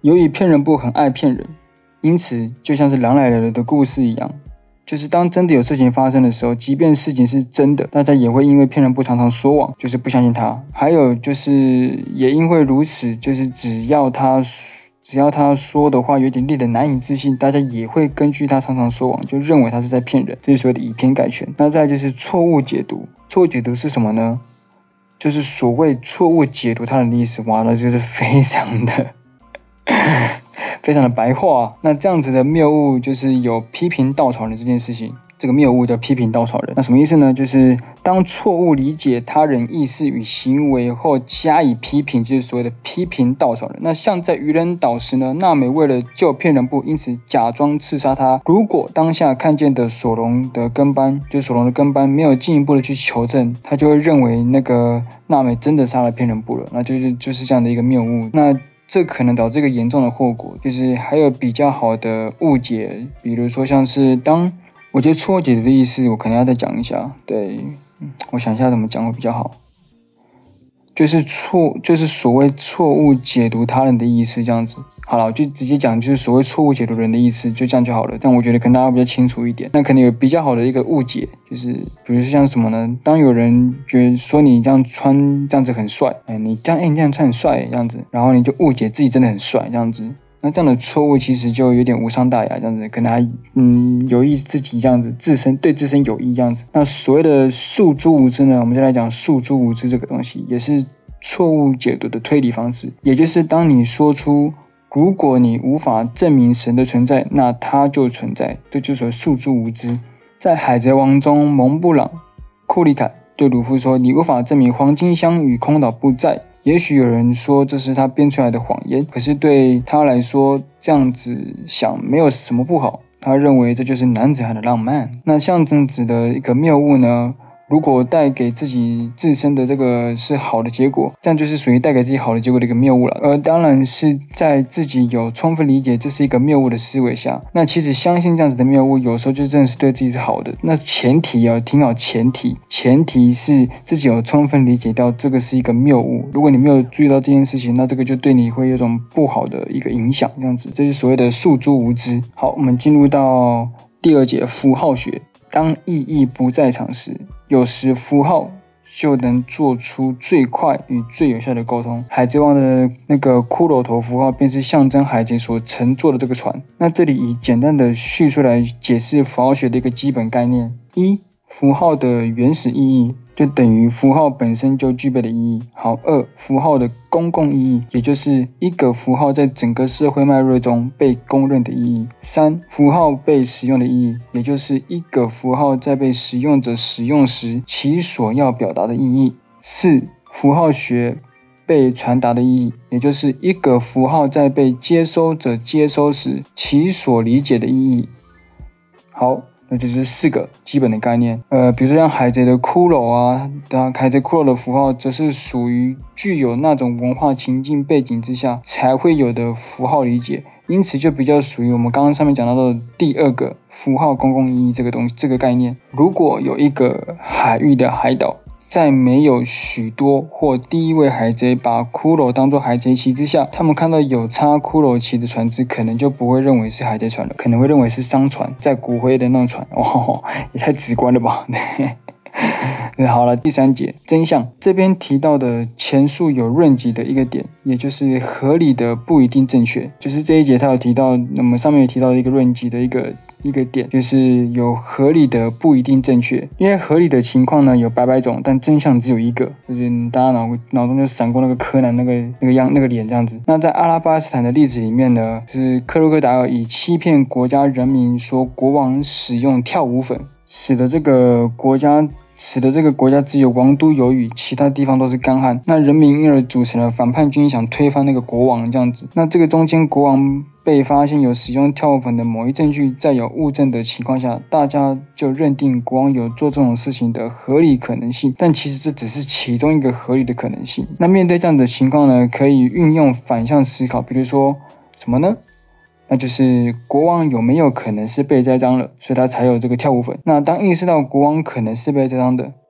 S1: 由于骗人部很爱骗人，因此就像是狼来了的故事一样，就是当真的有事情发生的时候，即便事情是真的，大家也会因为骗人部常常说谎，就是不相信他。还有就是也因为如此，就是只要他只要他说的话有点令人难以置信，大家也会根据他常常说谎，就认为他是在骗人，这是所谓的以偏概全。那再来就是错误解读，错误解读是什么呢？就是所谓错误解读他人的意思，哇，那就是非常的非常的白话。那这样子的谬误就是有批评稻草人这件事情，这个谬误叫批评稻草人。那什么意思呢？就是当错误理解他人意思与行为后加以批评，就是所谓的批评稻草人。那像在渔人岛时呢，娜美为了救骗人部，因此假装刺杀他。如果当下看见的索隆的跟班，就是索隆的跟班没有进一步的去求证，他就会认为那个娜美真的杀了骗人部了，那就是就是这样的一个谬误。那这可能导致一个严重的后果，就是还有比较好的误解，比如说像是当我觉得错解的意思，我可能要再讲一下。对，嗯，我想一下怎么讲会比较好。就是错，就是所谓错误解读他人的意思这样子。好了，我就直接讲，就是所谓错误解读人的意思，就这样就好了。但我觉得可能大家比较清楚一点。那可能有比较好的一个误解，就是比如说像什么呢？当有人觉得说你这样穿这样子很帅，哎，你这样哎你这样穿很帅这样子，然后你就误解自己真的很帅这样子。那这样的错误其实就有点无伤大雅，这样子可能还嗯有益自己这样子，自身对自身有益这样子。那所谓的诉诸无知呢，我们就来讲诉诸无知这个东西，也是错误解读的推理方式。也就是当你说出如果你无法证明神的存在，那它就存在，这就是诉诸无知。在海贼王中，蒙布朗库里凯对鲁夫说，你无法证明黄金箱与空岛不在。也许有人说这是他编出来的谎言，可是对他来说这样子想没有什么不好，他认为这就是男子汉的浪漫。那像这样子的一个谬误呢，如果带给自己自身的这个是好的结果，这样就是属于带给自己好的结果的一个谬误了。而当然是在自己有充分理解这是一个谬误的思维下，那其实相信这样子的谬误有时候就真的是对自己是好的。那前提要听好前提，前提是自己有充分理解到这个是一个谬误。如果你没有注意到这件事情，那这个就对你会有种不好的一个影响，这样子，这是所谓的诉诸无知。好，我们进入到第二节符号学。当意义不在场时，有时符号就能做出最快与最有效的沟通。海贼王的那个骷髅头符号便是象征海贼所乘坐的这个船。那这里以简单的叙述来解释符号学的一个基本概念。一、符号的原始意义就等于符号本身就具备的意义。好，二、符号的公共意义，也就是一个符号在整个社会脉络中被公认的意义。三、符号被使用的意义，也就是一个符号在被使用者使用时其所要表达的意义。四、符号学被传达的意义，也就是一个符号在被接收者接收时其所理解的意义。好，那就是四个基本的概念。呃，比如说像海贼的骷髅啊，海贼骷髅的符号则是属于具有那种文化情境背景之下才会有的符号理解，因此就比较属于我们刚刚上面讲到的第二个符号公共意义这个东西这个概念。如果有一个海域的海岛，在没有许多或第一位海贼把骷髅当作海贼旗之下，他们看到有插骷髅旗的船只，可能就不会认为是海贼船了，可能会认为是商船，载骨灰的那种船。哦，也太直观了吧。好了，第三节真相，这边提到的前述有论及的一个点，也就是合理的不一定正确，就是这一节他有提到，我们上面有提到一个论及的一个一个点，就是有合理的不一定正确。因为合理的情况呢有百百种，但真相只有一个，就是大家脑脑中就闪过那个柯南那个那个样那个脸这样子。那在阿拉巴斯坦的例子里面呢，就是克洛克达尔以欺骗国家人民说国王使用跳舞粉，使得这个国家使得这个国家只有王都有雨，其他地方都是干旱。那人民因而组成了反叛军，想推翻那个国王这样子。那这个中间国王被发现有使用跳舞粉的某一证据，在有物证的情况下，大家就认定国王有做这种事情的合理可能性，但其实这只是其中一个合理的可能性。那面对这样的情况呢，可以运用反向思考，比如说什么呢？那就是国王有没有可能是被栽赃了，所以他才有这个跳舞粉。那当意识到国王可能是被栽赃的，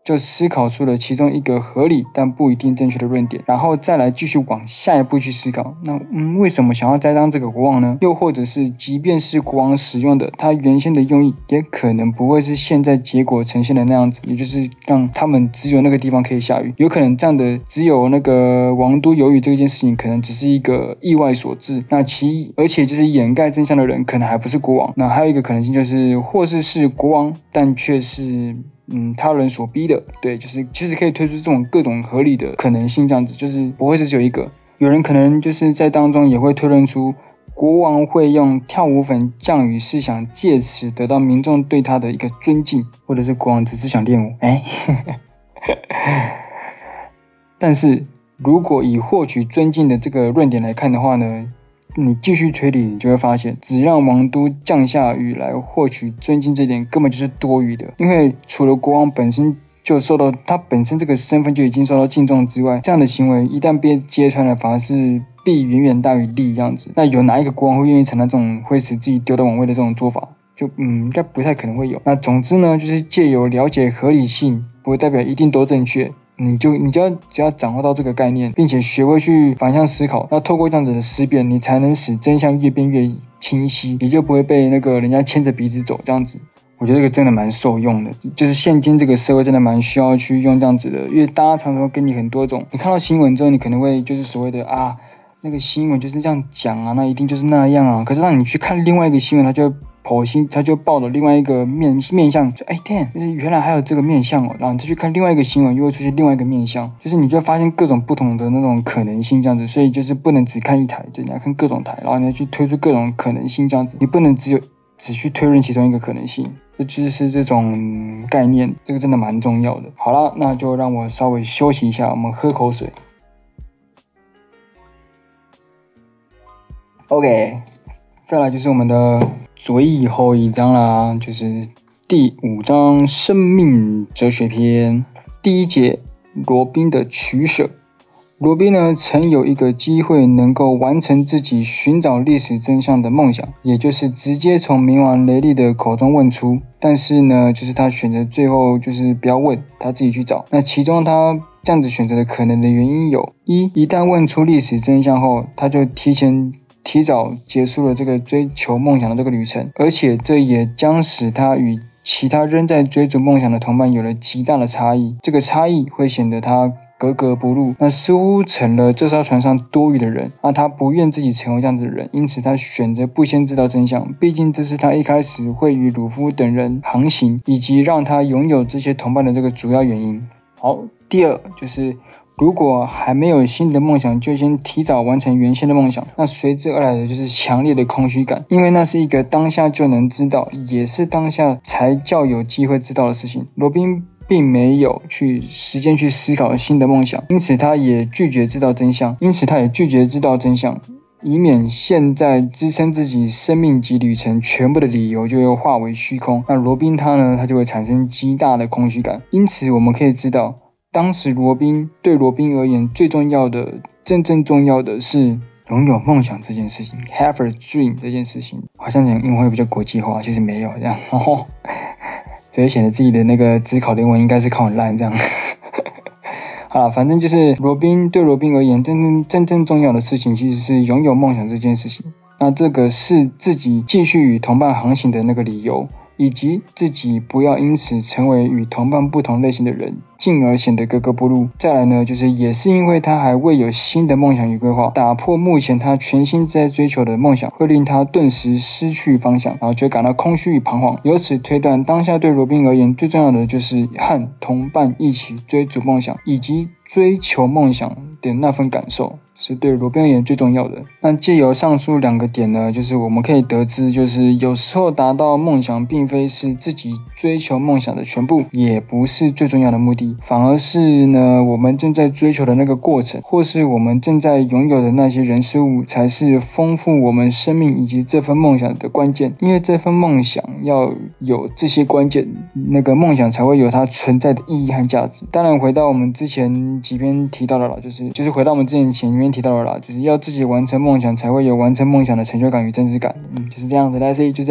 S1: 就思考出了其中一个合理但不一定正确的论点，然后再来继续往下一步去思考，那嗯为什么想要再当这个国王呢？又或者是即便是国王使用的，他原先的用意也可能不会是现在结果呈现的那样子，也就是让他们只有那个地方可以下雨，有可能这样的只有那个王都有雨这件事情可能只是一个意外所致，那其而且就是掩盖真相的人可能还不是国王，那还有一个可能性就是或是是国王但却是嗯，他人所逼的，对，就是其实可以推出这种各种合理的可能性，这样子就是不会是只有一个。有人可能就是在当中也会推论出，国王会用跳舞粉降雨是想借此得到民众对他的一个尊敬，或者是国王只是想练舞，哎，但是如果以获取尊敬的这个论点来看的话呢？你继续推理，你就会发现，只让王都降下雨来获取尊敬这点根本就是多余的。因为除了国王本身就受到他本身这个身份就已经受到敬重之外，这样的行为一旦被揭穿了，反而是弊远远大于利这样子。那有哪一个国王会愿意承担这种会使自己丢到王位的这种做法？就嗯，应该不太可能会有。那总之呢，就是借由了解合理性，不代表一定都正确。你就你就要只要掌握到这个概念，并且学会去反向思考，那透过这样子的思辨，你才能使真相越变越清晰，也就不会被那个人家牵着鼻子走这样子。我觉得这个真的蛮受用的，就是现今这个社会真的蛮需要去用这样子的，因为大家常常给你很多种，你看到新闻之后，你可能会就是所谓的啊，那个新闻就是这样讲啊，那一定就是那样啊，可是让你去看另外一个新闻，它就剖析，他就报了另外一个面面向，就哎 damn， 就是原来还有这个面向哦，然后你再去看另外一个新闻，又会出现另外一个面向，就是你就会发现各种不同的那种可能性这样子，所以就是不能只看一台，对，你要看各种台，然后你要去推出各种可能性这样子，你不能只有只去推论其中一个可能性，这就是这种概念，这个真的蛮重要的。好啦，那就让我稍微休息一下，我们喝口水。OK， 再来就是我们的最后一章啦，就是第五章生命哲学篇。第一节，罗宾的取舍。罗宾呢，曾有一个机会能够完成自己寻找历史真相的梦想，也就是直接从冥王雷利的口中问出。但是呢，就是他选择最后就是不要问，他自己去找。那其中他这样子选择的可能的原因有：一，一旦问出历史真相后，他就提前提早结束了这个追求梦想的这个旅程，而且这也将使他与其他仍在追逐梦想的同伴有了极大的差异。这个差异会显得他格格不入，那似乎成了这艘船上多余的人，而他不愿自己成为这样子的人，因此他选择不先知道真相，毕竟这是他一开始会与鲁夫等人航行，以及让他拥有这些同伴的这个主要原因。好，第二就是如果还没有新的梦想，就先提早完成原先的梦想，那随之而来的就是强烈的空虚感，因为那是一个当下就能知道，也是当下才较有机会知道的事情。罗宾并没有去时间去思考新的梦想，因此他也拒绝知道真相，因此他也拒绝知道真相，以免现在支撑自己生命及旅程全部的理由就又化为虚空。那罗宾他呢，他就会产生极大的空虚感。因此我们可以知道，当时罗宾对罗宾而言最重要的，真正重要的是拥有梦想这件事情 ，have a dream 这件事情，好像讲英文会比较国际化，其实没有这样。哦这也显得自己的那个只考的英文应该是考很烂这样。好啦，反正就是罗宾对罗宾而言，真正真正重要的事情其实是拥有梦想这件事情。那这个是自己继续与同伴航行的那个理由，以及自己不要因此成为与同伴不同类型的人，进而显得格格不入。再来呢，就是也是因为他还未有新的梦想与规划，打破目前他全心在追求的梦想，会令他顿时失去方向，然后就感到空虚与彷徨。由此推断，当下对罗宾而言最重要的就是和同伴一起追逐梦想，以及追求梦想的那份感受，是对罗宾而言最重要的。那借由上述两个点呢，就是我们可以得知，就是有时候达到梦想并非是自己追求梦想的全部，也不是最重要的目的，反而是呢我们正在追求的那个过程，或是我们正在拥有的那些人事物，才是丰富我们生命以及这份梦想的关键。因为这份梦想要有这些关键，那个梦想才会有它存在的意义和价值。当然回到我们之前几篇提到的啦，就是就是回到我们之前前面提到的啦，就是要自己完成梦想才会有完成梦想的成就感与真实感。嗯，就是这样子，来，所以就这样。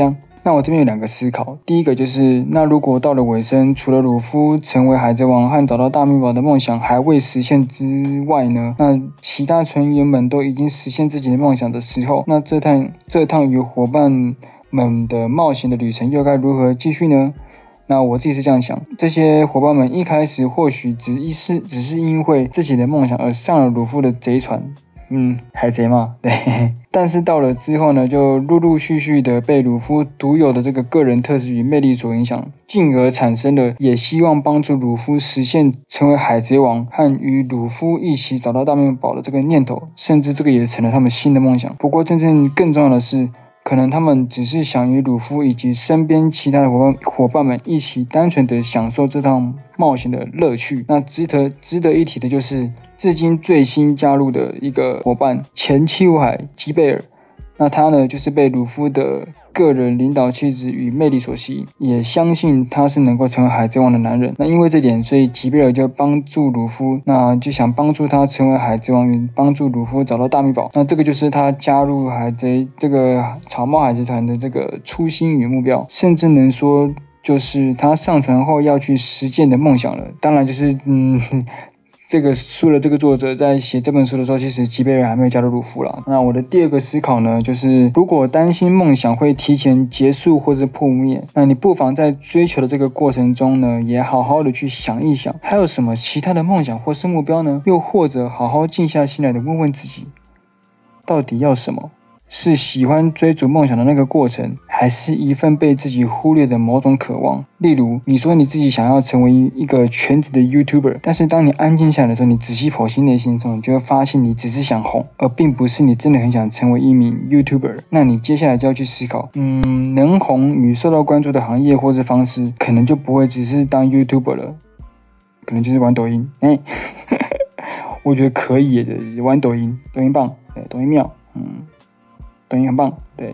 S1: 那我这边有两个思考，第一个就是那如果到了尾声，除了鲁夫成为海贼王和找到大秘宝的梦想还未实现之外呢，那其他成员们都已经实现自己的梦想的时候，那这趟这趟与伙伴们的冒险的旅程又该如何继续呢？那我自己是这样想，这些伙伴们一开始或许只是只是因为自己的梦想而上了鲁夫的贼船，嗯，海贼嘛，对。但是到了之后呢，就陆陆续续的被鲁夫独有的这个个人特质与魅力所影响，进而产生了也希望帮助鲁夫实现成为海贼王和与鲁夫一起找到大秘宝的这个念头，甚至这个也成了他们新的梦想。不过真正更重要的是，可能他们只是想与鲁夫以及身边其他的伙伴伙伴们一起单纯的享受这趟冒险的乐趣。那值得值得一提的就是至今最新加入的一个伙伴前七武海吉贝尔，那他呢就是被鲁夫的个人领导气质与魅力所吸引，也相信他是能够成为海贼王的男人。那因为这点，所以吉贝尔就帮助鲁夫，那就想帮助他成为海贼王，与帮助鲁夫找到大秘宝。那这个就是他加入海贼这个草帽海贼团的这个初心与目标，甚至能说就是他上船后要去实践的梦想了。当然就是嗯。这个书的这个作者在写这本书的时候，其实吉贝尔还没有加入鲁夫啦。那我的第二个思考呢，就是如果担心梦想会提前结束或是破灭，那你不妨在追求的这个过程中呢，也好好的去想一想，还有什么其他的梦想或是目标呢？又或者好好静下心来的问问自己，到底要什么？是喜欢追逐梦想的那个过程，还是一份被自己忽略的某种渴望？例如你说你自己想要成为一个全职的 YouTuber， 但是当你安静下来的时候，你仔细剖析内心中，你就会发现你只是想红，而并不是你真的很想成为一名 YouTuber。 那你接下来就要去思考，嗯，能红与受到关注的行业或者方式，可能就不会只是当 YouTuber 了，可能就是玩抖音。欸、我觉得可以耶，玩抖音，抖音棒，对，抖音妙，嗯，抖音很棒，对，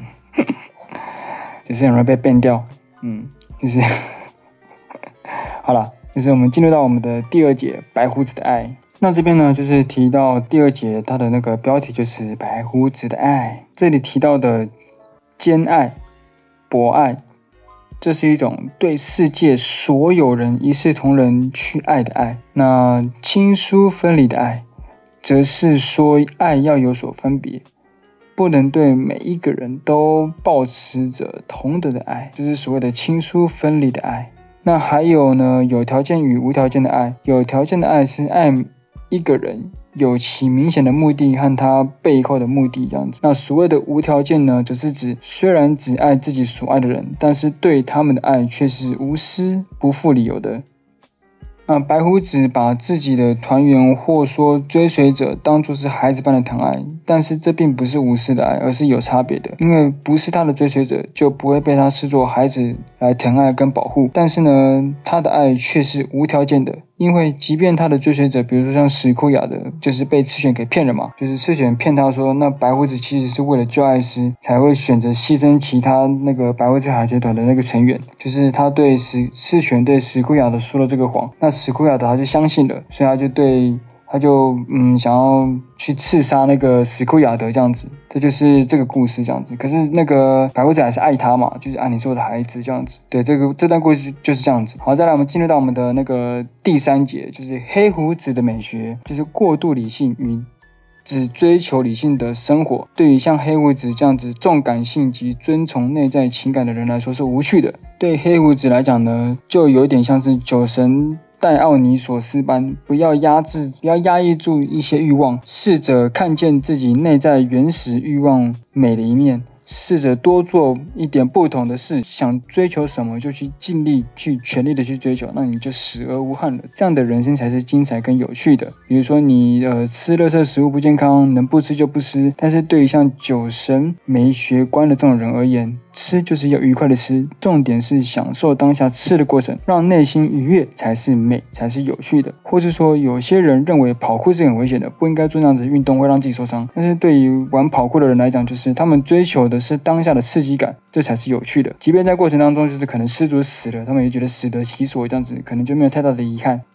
S1: 只是很容易被 ban 掉，嗯，就是好了，就是我们进入到我们的第二节白胡子的爱。那这边呢，就是提到第二节它的那个标题就是白胡子的爱。这里提到的兼爱、博爱，这是一种对世界所有人一视同仁去爱的爱。那亲疏分离的爱，则是说爱要有所分别，不能对每一个人都抱持着同等的爱，这是所谓的亲疏分离的爱。那还有呢，有条件与无条件的爱。有条件的爱是爱一个人有其明显的目的和他背后的目的这样子。那所谓的无条件呢，只是指虽然只爱自己所爱的人，但是对他们的爱却是无私不负理由的。那白胡子把自己的团员或说追随者当作是孩子般的疼爱，但是这并不是无私的爱，而是有差别的。因为不是他的追随者，就不会被他视作孩子来疼爱跟保护。但是呢，他的爱却是无条件的，因为即便他的追随者，比如说像史库雅的，就是被赤犬给骗了嘛，就是赤犬骗他说，那白胡子其实是为了救艾斯才会选择牺牲其他那个白胡子海贼团的那个成员，就是他对史赤犬对史库雅的说了这个谎，那史库雅的他就相信了，所以他就对他就嗯想要去刺杀那个史库雅德这样子，这就是这个故事这样子。可是那个白胡子还是爱他嘛，就是啊你是我的孩子这样子。对，这个这段故事就是这样子。好，再来我们进入到我们的那个第三节，就是黑胡子的美学，就是过度理性与只追求理性的生活，对于像黑胡子这样子重感性及遵从内在情感的人来说是无趣的。对黑胡子来讲呢，就有点像是酒神戴奥尼索斯般，不要压制，不要压抑住一些欲望，试着看见自己内在原始欲望美的一面，试着多做一点不同的事，想追求什么就去尽力去全力的去追求，那你就死而无憾了。这样的人生才是精彩跟有趣的。比如说你呃吃垃圾食物不健康，能不吃就不吃，但是对于像酒神没学观的这种人而言，吃就是要愉快的吃，重点是享受当下吃的过程，让内心愉悦才是美，才是有趣的。或是说有些人认为跑酷是很危险的，不应该做那样子的运动，会让自己受伤，但是对于玩跑酷的人来讲，就是他们追求的是当下的刺激感，这才是有趣的。即便在过程当中就是可能失足死了，他们也觉得死得其所这样子，可能就没有太大的遗憾。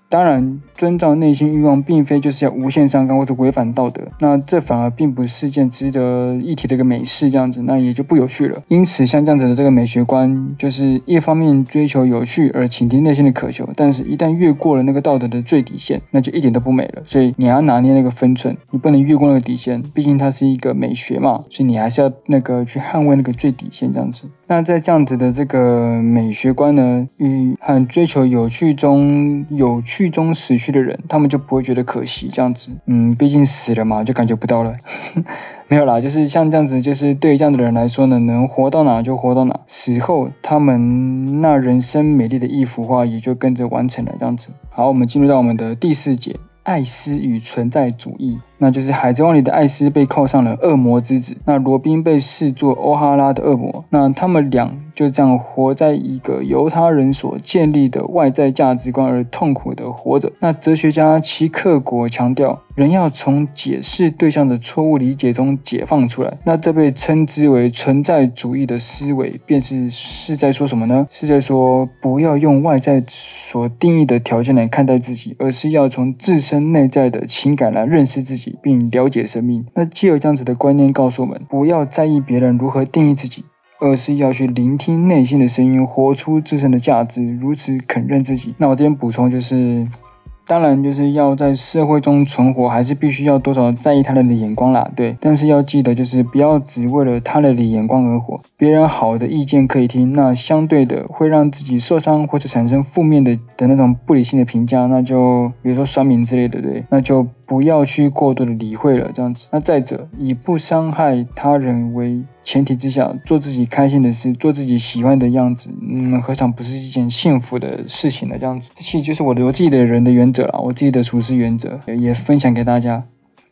S1: 当然，遵照内心欲望并非就是要无限上纲或者违反道德，那这反而并不是件值得一提的一个美事这样子，那也就不有趣了。因此，像这样子的这个美学观，就是一方面追求有趣而倾听内心的渴求，但是一旦越过了那个道德的最底线，那就一点都不美了。所以你要拿捏那个分寸，你不能越过那个底线，毕竟它是一个美学嘛，所以你还是要那个去捍卫那个最底线这样子。那在这样子的这个美学观呢，与和追求有趣中有趣中死去的人，他们就不会觉得可惜这样子。嗯，毕竟死了嘛，就感觉不到了。没有啦，就是像这样子，就是对于这样的人来说呢，能活到哪就活到哪，死后他们那人生美丽的一幅画也就跟着完成了这样子。好，我们进入到我们的第四节，艾斯与存在主义。那就是海贼王里的艾斯被扣上了恶魔之子，那罗宾被视作欧哈拉的恶魔，那他们俩就这样活在一个由他人所建立的外在价值观而痛苦的活着。那哲学家齐克果强调，人要从解释对象的错误理解中解放出来，那这被称之为存在主义的思维，便是是在说什么呢？是在说不要用外在所定义的条件来看待自己，而是要从自身内在的情感来认识自己并了解生命。那藉由这样子的观念告诉我们，不要在意别人如何定义自己，而是要去聆听内心的声音，活出自身的价值，如此肯认自己。那我这边补充就是，当然就是要在社会中存活，还是必须要多少在意他人的眼光啦，对。但是要记得，就是不要只为了他人的眼光而活。别人好的意见可以听，那相对的会让自己受伤或者产生负面的的那种不理性的评价，那就比如说酸民之类的，对，那就不要去过多的理会了，这样子。那再者，以不伤害他人为前提之下，做自己开心的事，做自己喜欢的样子，嗯，何尝不是一件幸福的事情呢？这样子，这其实就是我的我自己的人的原则啦，我自己的处事原则，也分享给大家。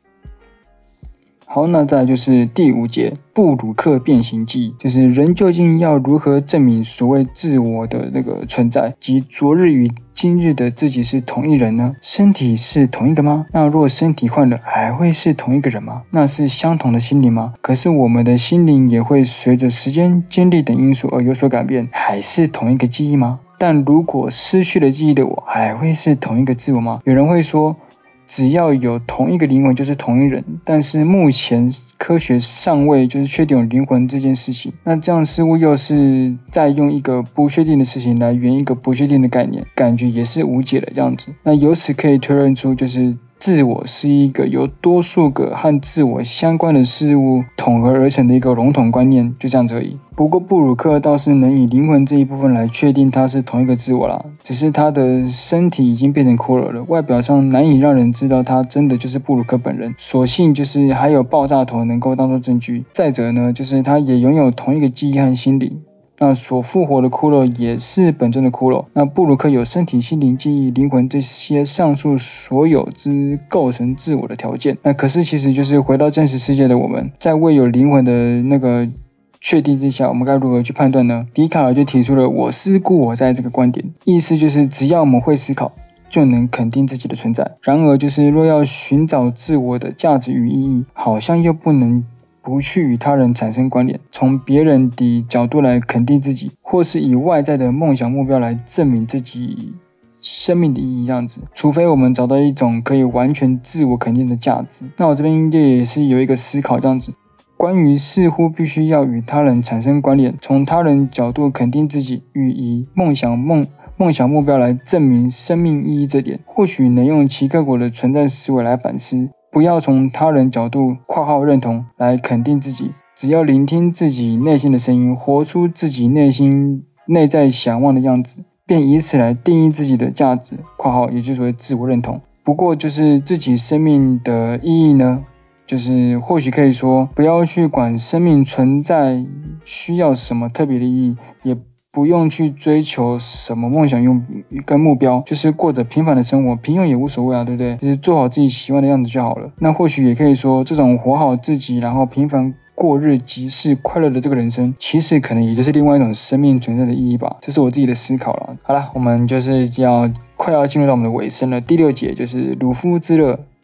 S1: 好，那再来就是第五节，布鲁克变形记，就是人究竟要如何证明所谓自我的那个存在，即昨日与今日的自己是同一人呢？身体是同一个吗？那若身体换了，还会是同一个人吗？那是相同的心灵吗？可是我们的心灵也会随着时间、经历等因素而有所改变，还是同一个记忆吗？但如果失去了记忆的我，还会是同一个自我吗？有人会说，只要有同一个灵魂就是同一人，但是目前科学尚未就是确定有灵魂这件事情，那这样似乎又是在用一个不确定的事情来圆一个不确定的概念，感觉也是无解的这样子。那由此可以推论出，就是自我是一个由多数个和自我相关的事物统合而成的一个笼统观念，就这样子而已。不过布鲁克倒是能以灵魂这一部分来确定他是同一个自我啦，只是他的身体已经变成骷髅了，外表上难以让人知道他真的就是布鲁克本人，所幸就是还有爆炸头能够当作证据。再者呢，就是他也拥有同一个记忆和心灵，那所复活的骷髅也是本尊的骷髅。那布鲁克有身体、心灵、记忆、灵魂这些上述所有之构成自我的条件。那可是其实就是回到真实世界的我们，在未有灵魂的那个确定之下，我们该如何去判断呢？笛卡尔就提出了我思故我在这个观点，意思就是只要我们会思考，就能肯定自己的存在。然而就是若要寻找自我的价值与意义，好像又不能不去与他人产生关联，从别人的角度来肯定自己，或是以外在的梦想目标来证明自己生命的意义这样子，除非我们找到一种可以完全自我肯定的价值。那我这边也是有一个思考这样子，关于似乎必须要与他人产生关联，从他人角度肯定自己，与以梦想梦梦想目标来证明生命意义这点，或许能用齐克果的存在思维来反思，不要从他人角度括号认同来肯定自己，只要聆听自己内心的声音，活出自己内心内在想望的样子，便以此来定义自己的价值括号也就是为自我认同。不过就是自己生命的意义呢，就是或许可以说，不要去管生命存在需要什么特别的意义，也不用去追求什么梦想用跟目标，就是过着平凡的生活，平庸也无所谓啊，对不对？就是做好自己喜欢的样子就好了。那或许也可以说，这种活好自己，然后平凡过日即是快乐的这个人生，其实可能也就是另外一种生命存在的意义吧。这是我自己的思考了。好了，我们就是要快要进入到我们的尾声了。第六节就是鲁夫之乐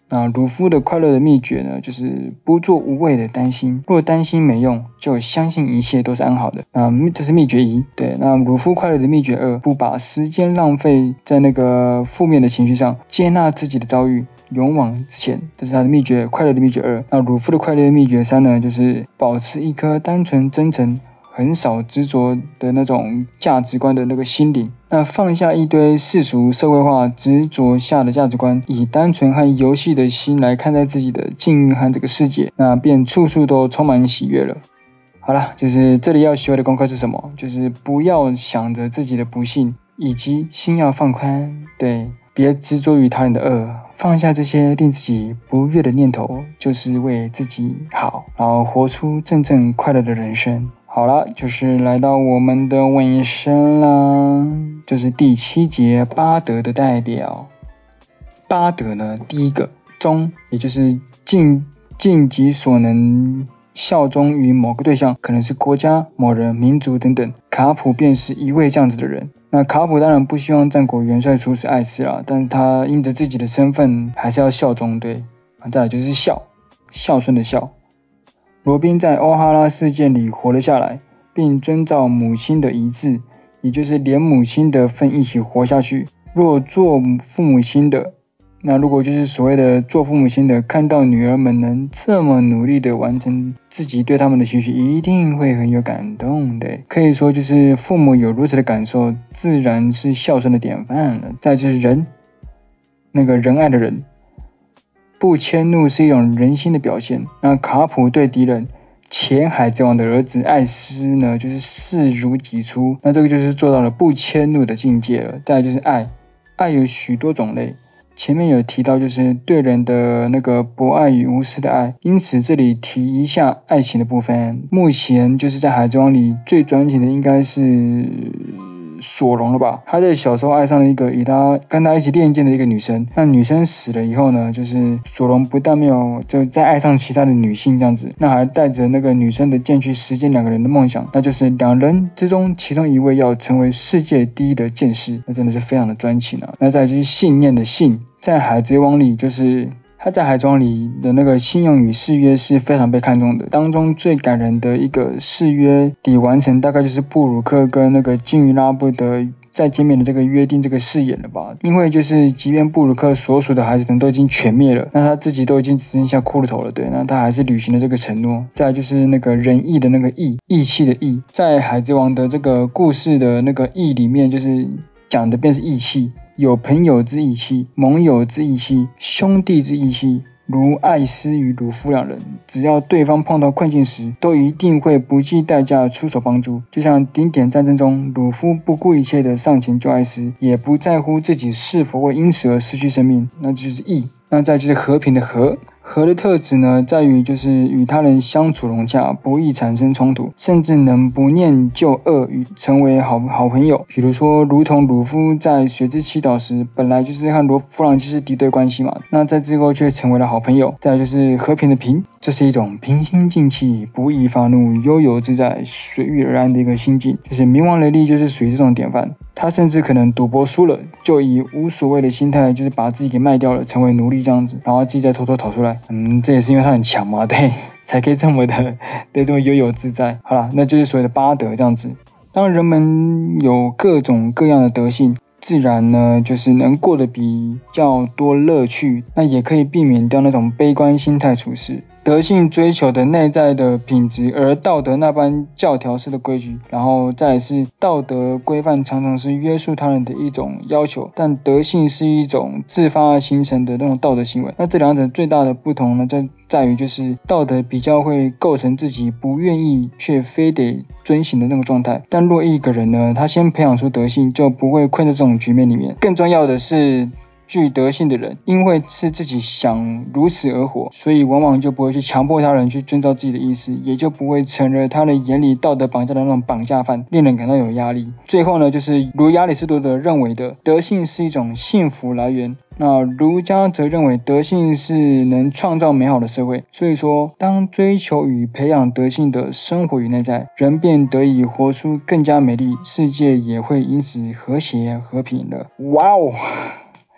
S1: 那鲁夫的快乐的秘诀呢，就是不做无谓的担心，若担心没用，就相信一切都是安好的。那这是秘诀一。对，那鲁夫快乐的秘诀二，不把时间浪费在那个负面的情绪上，接纳自己的遭遇，勇往直前，这是他的秘诀，快乐的秘诀二。那鲁夫的快乐的秘诀三呢，就是保持一颗单纯真诚很少执着的那种价值观的那个心灵，那放下一堆世俗社会化执着下的价值观，以单纯和游戏的心来看待自己的境遇和这个世界，那便处处都充满喜悦了。好了，就是这里要学会的功课是什么？就是不要想着自己的不幸，以及心要放宽，对，别执着于他人的恶，放下这些令自己不悦的念头，就是为自己好，然后活出真正快乐的人生。好了，就是来到我们的尾声啦，就是第七节八德的代表。八德呢，第一个忠，也就是尽尽己所能效忠于某个对象，可能是国家、某人、民族等等。卡普便是一位这样子的人。那卡普当然不希望战国元帅处死艾斯啦，但是他因着自己的身份还是要效忠，对。再来就是孝，孝顺的孝。罗宾在欧哈拉事件里活了下来，并遵照母亲的遗志，也就是连母亲的份一起活下去。若做父母亲的，那如果就是所谓的做父母亲的，看到女儿们能这么努力的完成自己对他们的期许，一定会很有感动的。可以说就是父母有如此的感受，自然是孝顺的典范了。再就是仁，那个仁爱的仁。不迁怒是一种人心的表现。那卡普对敌人前海贼王的儿子艾斯呢，就是视如己出，那这个就是做到了不迁怒的境界了。再来就是爱，爱有许多种类，前面有提到就是对人的那个博爱与无私的爱，因此这里提一下爱情的部分。目前就是在海贼王里最专情的应该是索隆了吧，他在小时候爱上了一个与他跟他一起练剑的一个女生，那女生死了以后呢，就是索隆不但没有就再爱上其他的女性这样子，那还带着那个女生的剑去实现两个人的梦想，那就是两人之中其中一位要成为世界第一的剑士，那真的是非常的专情啊。那再就是信念的信，在海贼王里就是他在海贼王里的那个信用与誓约是非常被看重的，当中最感人的一个誓约得完成，大概就是布鲁克跟那个金鱼拉布的再见面的这个约定这个誓言了吧。因为就是即便布鲁克所属的海贼团都已经全灭了，那他自己都已经只剩下骷髅头了，对，那他还是履行了这个承诺。再来就是那个仁义的那个义，义气的义，在海贼王的这个故事的那个义里面，就是讲的便是义气，有朋友之义气，盟友之义气，兄弟之义气，如艾斯与鲁夫两人，只要对方碰到困境时，都一定会不计代价出手帮助。就像顶点战争中，鲁夫不顾一切的上前救艾斯，也不在乎自己是否会因此而失去生命，那就是义。那再就是和平的和。和的特质呢，在于就是与他人相处融洽，不易产生冲突，甚至能不念旧恶与成为好好朋友。比如说，如同鲁夫在水之祈祷时，本来就是和罗弗朗就是敌对关系嘛，那在之后却成为了好朋友。再来就是和平的平，这是一种平心静气，不易发怒，悠游自在，随遇而安的一个心境。就是冥王雷利就是属于这种典范。他甚至可能赌博输了，就以无所谓的心态，就是把自己给卖掉了，成为奴隶这样子，然后自己再偷偷逃出来。嗯，这也是因为他很强嘛，对，才可以这么的，对，这么悠游自在。好啦，那就是所谓的八德这样子。当人们有各种各样的德性，自然呢，就是能过得比较多乐趣，那也可以避免掉那种悲观心态处事。德性追求的内在的品质，而道德那般教条式的规矩，然后再来是道德规范常常是约束他人的一种要求，但德性是一种自发形成的那种道德行为。那这两者最大的不同呢，在在于就是道德比较会构成自己不愿意却非得遵行的那种状态，但若一个人呢，他先培养出德性，就不会困在这种局面里面。更重要的是，具德性的人，因为是自己想如此而活，所以往往就不会去强迫他人去遵照自己的意思，也就不会成了他人眼里道德绑架的那种绑架犯，令人感到有压力。最后呢，就是如亚里士多德认为的，德性是一种幸福来源。那儒家则认为德性是能创造美好的社会，所以说当追求与培养德性的生活与内在，人便得以活出更加美丽，世界也会因此和谐和平了。哇哦！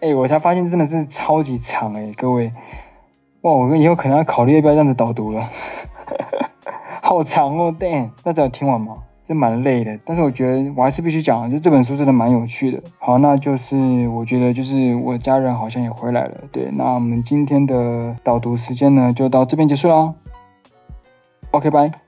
S1: 哎、欸，我才发现真的是超级长哎、欸，各位，哇，我以后可能要考虑要不要这样子导读了，好长哦 ，damn， 那只有听完吗？这蛮累的，但是我觉得我还是必须讲，就这本书真的蛮有趣的。好，那就是我觉得就是我家人好像也回来了，对，那我们今天的导读时间呢就到这边结束啦。OK，拜。